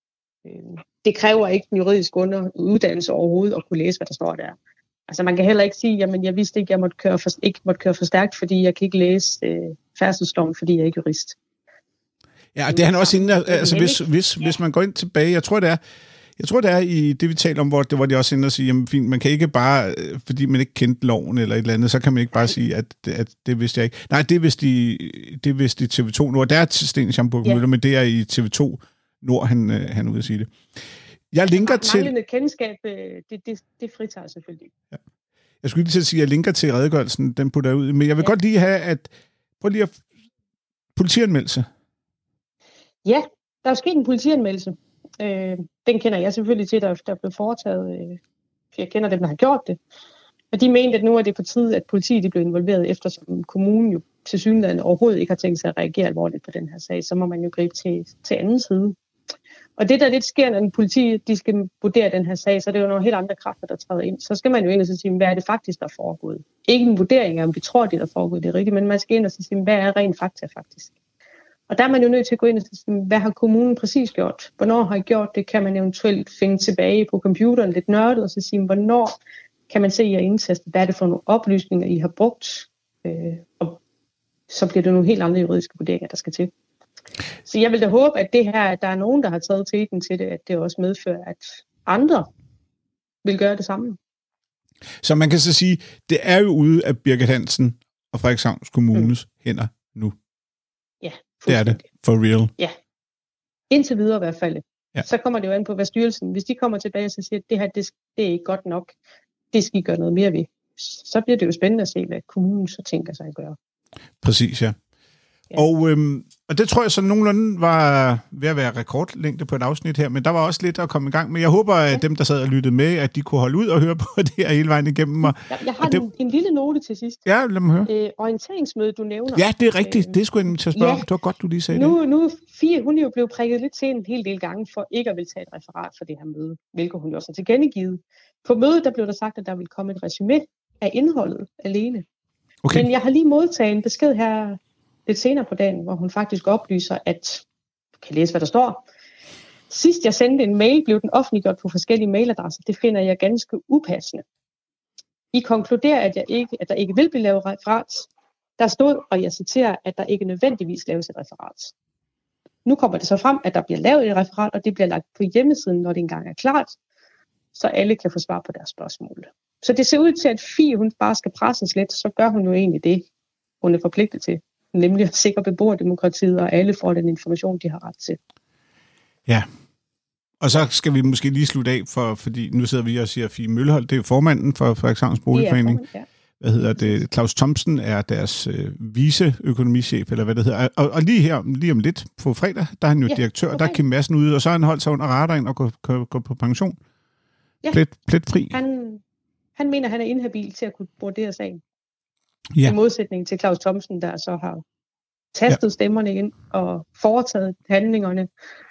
Det kræver ikke en juridisk under, uddannelse overhovedet at kunne læse, hvad der står der. Altså man kan heller ikke sige, jamen jeg vidste ikke, at jeg måtte køre for, ikke måtte køre for stærkt, fordi jeg kan ikke læse øh, færdselsloven, fordi jeg er ikke jurist. Ja, det er han også inde, altså hvis, hvis, ja. hvis man går ind tilbage, jeg tror det er, jeg tror det er i det vi taler om, hvor det var de også inde og sige, jamen fint, man kan ikke bare, fordi man ikke kendte loven eller et eller andet, så kan man ikke bare sige, at, at det vidste jeg ikke. Nej, det vidste de, det vidste de T V to Nord. Der er Sten Schaumburg Müller, ja. men det er i T V to Nord, han, han er ude at sige det. Jeg linker til... Manglende kendskab, det, det, det fritager selvfølgelig. Ja. Jeg skulle lige til at sige, at jeg linker til redegørelsen, den putter jeg ud. Men jeg vil ja. godt lige have, at... Prøv lige at... Politianmeldelse. Ja, der er sket en politianmeldelse. Øh, den kender jeg selvfølgelig til, der, der er blevet foretaget. Øh, for jeg kender dem, der har gjort det. Og de mente, at nu er det på tide, at politiet de blev involveret, eftersom kommunen jo til synligheden overhovedet ikke har tænkt sig at reagere alvorligt på den her sag. Så må man jo gribe til, til anden side. Og det, der lidt sker, når politiet de skal vurdere den her sag, så er det jo nogle helt andre kræfter, der træder ind. Så skal man jo ind og sige, hvad er det faktisk, der er foregået? Ikke en vurdering af, om vi tror, det der er foregået, det er rigtigt, men man skal ind og sige, hvad er rent fakta faktisk? Og der er man jo nødt til at gå ind og sige, hvad har kommunen præcis gjort? Hvornår har I gjort det? Kan man eventuelt finde tilbage på computeren lidt nørdet, og så sige, hvornår kan man se, at I har indtastet? Hvad er det for nogle oplysninger, I har brugt? Øh, og så bliver det nogle helt andre juridiske vurderinger, der skal til. Så jeg vil da håbe, at det her, at der er nogen, der har taget teten til det, at det også medfører, at andre vil gøre det samme. Så man kan så sige, det er jo ude af Birgit Hansen og Frederikshavns Kommunes mm. hænder nu. Ja, det er det. For real. Ja. Indtil videre i hvert fald. Ja. Så kommer det jo an på, hvad styrelsen, hvis de kommer tilbage og siger, at det her, det, det er ikke godt nok, det skal I gøre noget mere ved. Så bliver det jo spændende at se, hvad kommunen så tænker sig at gøre. Præcis, ja. Ja. Og, øhm, og det tror jeg så nogenlunde var ved at være rekordlængde på et afsnit her, men der var også lidt at komme i gang med. Jeg håber, at ja. dem, der sad og lyttede med, at de kunne holde ud og høre på det her hele vejen igennem. Og, ja, jeg har det, en, en lille note til sidst. Ja, lad mig høre. Øh, orienteringsmøde, du nævner. Ja, det er rigtigt. Øh, det skulle jeg til at spørge ja. om. Det var godt, du lige sagde nu, det. Nu Fie, hun er jo blevet prikket lidt til en hel del gange for ikke at ville tage et referat for det her møde, hvilket hun jo også har tilkendegivet. På mødet, der blev der sagt, at der ville komme et resume af indholdet alene. Okay. Men jeg har lige modtaget en besked her lidt senere på dagen, hvor hun faktisk oplyser, at du kan læse, hvad der står. Sidst jeg sendte en mail, blev den offentliggjort på forskellige mailadresser. Det finder jeg ganske upassende. I konkluderer, at, jeg ikke, at der ikke vil blive lavet referat. Der stod, og jeg citerer, at der ikke nødvendigvis laves et referat. Nu kommer det så frem, at der bliver lavet et referat, og det bliver lagt på hjemmesiden, når det engang er klart, så alle kan få svar på deres spørgsmål. Så det ser ud til, at Fie, hun bare skal presses lidt, så gør hun jo egentlig det, hun er forpligtet til. Nemlig at sikre beboerdemokratiet, og alle får den information, de har ret til. Ja, og så skal vi måske lige slutte af, for, fordi nu sidder vi og siger, at Fie Mølleholt, det er formanden for Frederikshavns Boligforening. Ja. Hvad hedder det? Claus Thomsen er deres øh, viceøkonomichef, eller hvad det hedder. Og, og lige her, lige om lidt på fredag, der er han jo ja, direktør, okay. Der er Kim Madsen ude, og så har han holdt sig under radaren og går, går, går på pension. Ja. Plet, pletfri. Han, han mener, han er inhabil til at kunne vurdere sagen. Ja. I modsætning til Claus Thomsen, der så har tastet ja. stemmerne ind og foretaget handlingerne.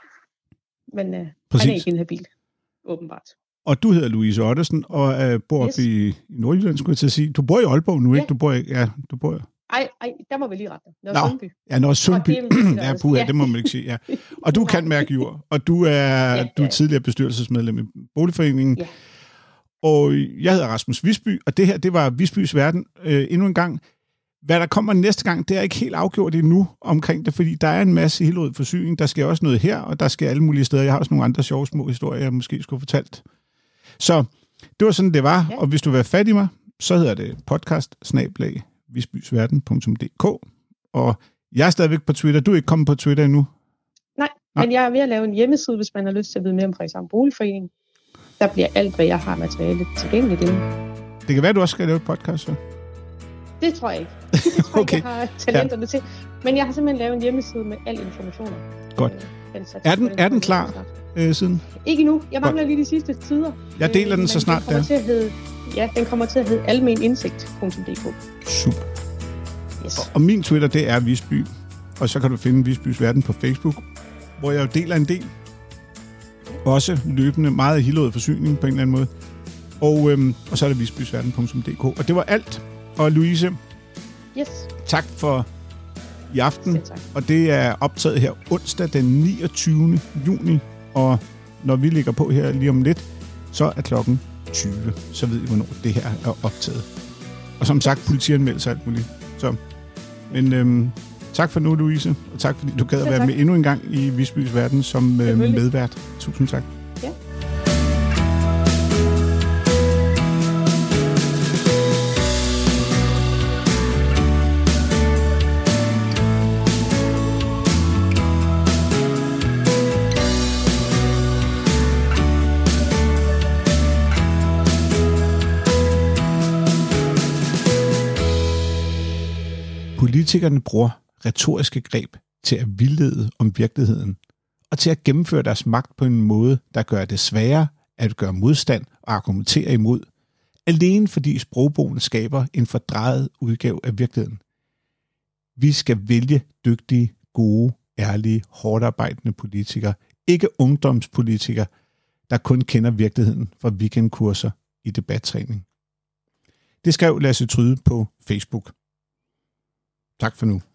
Men øh, han er ikke inhabil, åbenbart. Og du hedder Louise Ottesen, og øh, bor yes. i, i Nordjylland, skulle jeg til at sige. Du bor i Aalborg nu, ja. ikke? Du bor i... Ja, du bor... Ej, ej, der må vi lige rette. Nørre Sundby. Ja, Nørre Sundby. Ja, puha, ja, det må man ikke sige, ja. Og du kan mærke jord, og du er, ja, du er tidligere bestyrelsesmedlem i Boligforeningen. Ja. Og jeg hedder Rasmus Visby, og det her, det var Visbys Verden øh, endnu en gang. Hvad der kommer næste gang, det er ikke helt afgjort endnu omkring det, fordi der er en masse Hillerød Forsyning. Der sker også noget her, og der sker alle mulige steder. Jeg har også nogle andre sjove små historier, jeg måske skulle fortalt. Så det var sådan, det var. Ja. Og hvis du vil være fat i mig, så hedder det podcast snabel-a visbysverden punktum d k. Og jeg er stadigvæk på Twitter. Du er ikke kommet på Twitter endnu? Nej, Nej, men jeg er ved at lave en hjemmeside, hvis man har lyst til at vide mere om Frederikshavn Boligforening. Der bliver alt, hvad jeg har materiale tilgængeligt inde. Det kan være, du også skal lave et podcast, så. Det tror jeg ikke. Det tror okay. jeg, jeg har talenterne ja. til. Men jeg har simpelthen lavet en hjemmeside med alle informationer. Godt. Øh, er den, er den klar øh, siden? Ikke endnu. Jeg mangler lige de sidste tider. Jeg deler øh, den så snart den der. Hedde, ja, den kommer til at hedde almenindsigt punktum d k. Super. Yes. Og, og min Twitter, det er Visby. Og så kan du finde Visbys Verden på Facebook, hvor jeg jo deler en del. Også løbende meget Hillerød Forsyning på en eller anden måde. Og, øhm, og så er det visbysverden punktum d k. Og det var alt. Og Louise, yes. tak for i aften. Og det er optaget her onsdag den niogtyvende juni. Og når vi ligger på her lige om lidt, så er klokken tyve. Så ved I, hvornår det her er optaget. Og som sagt, politianmeldelse alt muligt. Så, men øhm, tak for nu, Louise. Og tak, fordi du gad at være tak. med endnu en gang i Visbys Verden som øh, medvært. Tusind tak. Ja. Politikerne bruger retoriske greb til at vildlede om virkeligheden, og til at gennemføre deres magt på en måde, der gør det sværere at gøre modstand og argumentere imod, alene fordi sprogbogen skaber en fordrejet udgave af virkeligheden. Vi skal vælge dygtige, gode, ærlige, hårdarbejdende politikere, ikke ungdomspolitiker, der kun kender virkeligheden fra weekendkurser i debattræning. Det skrev Lasse Tryde på Facebook. Tak for nu.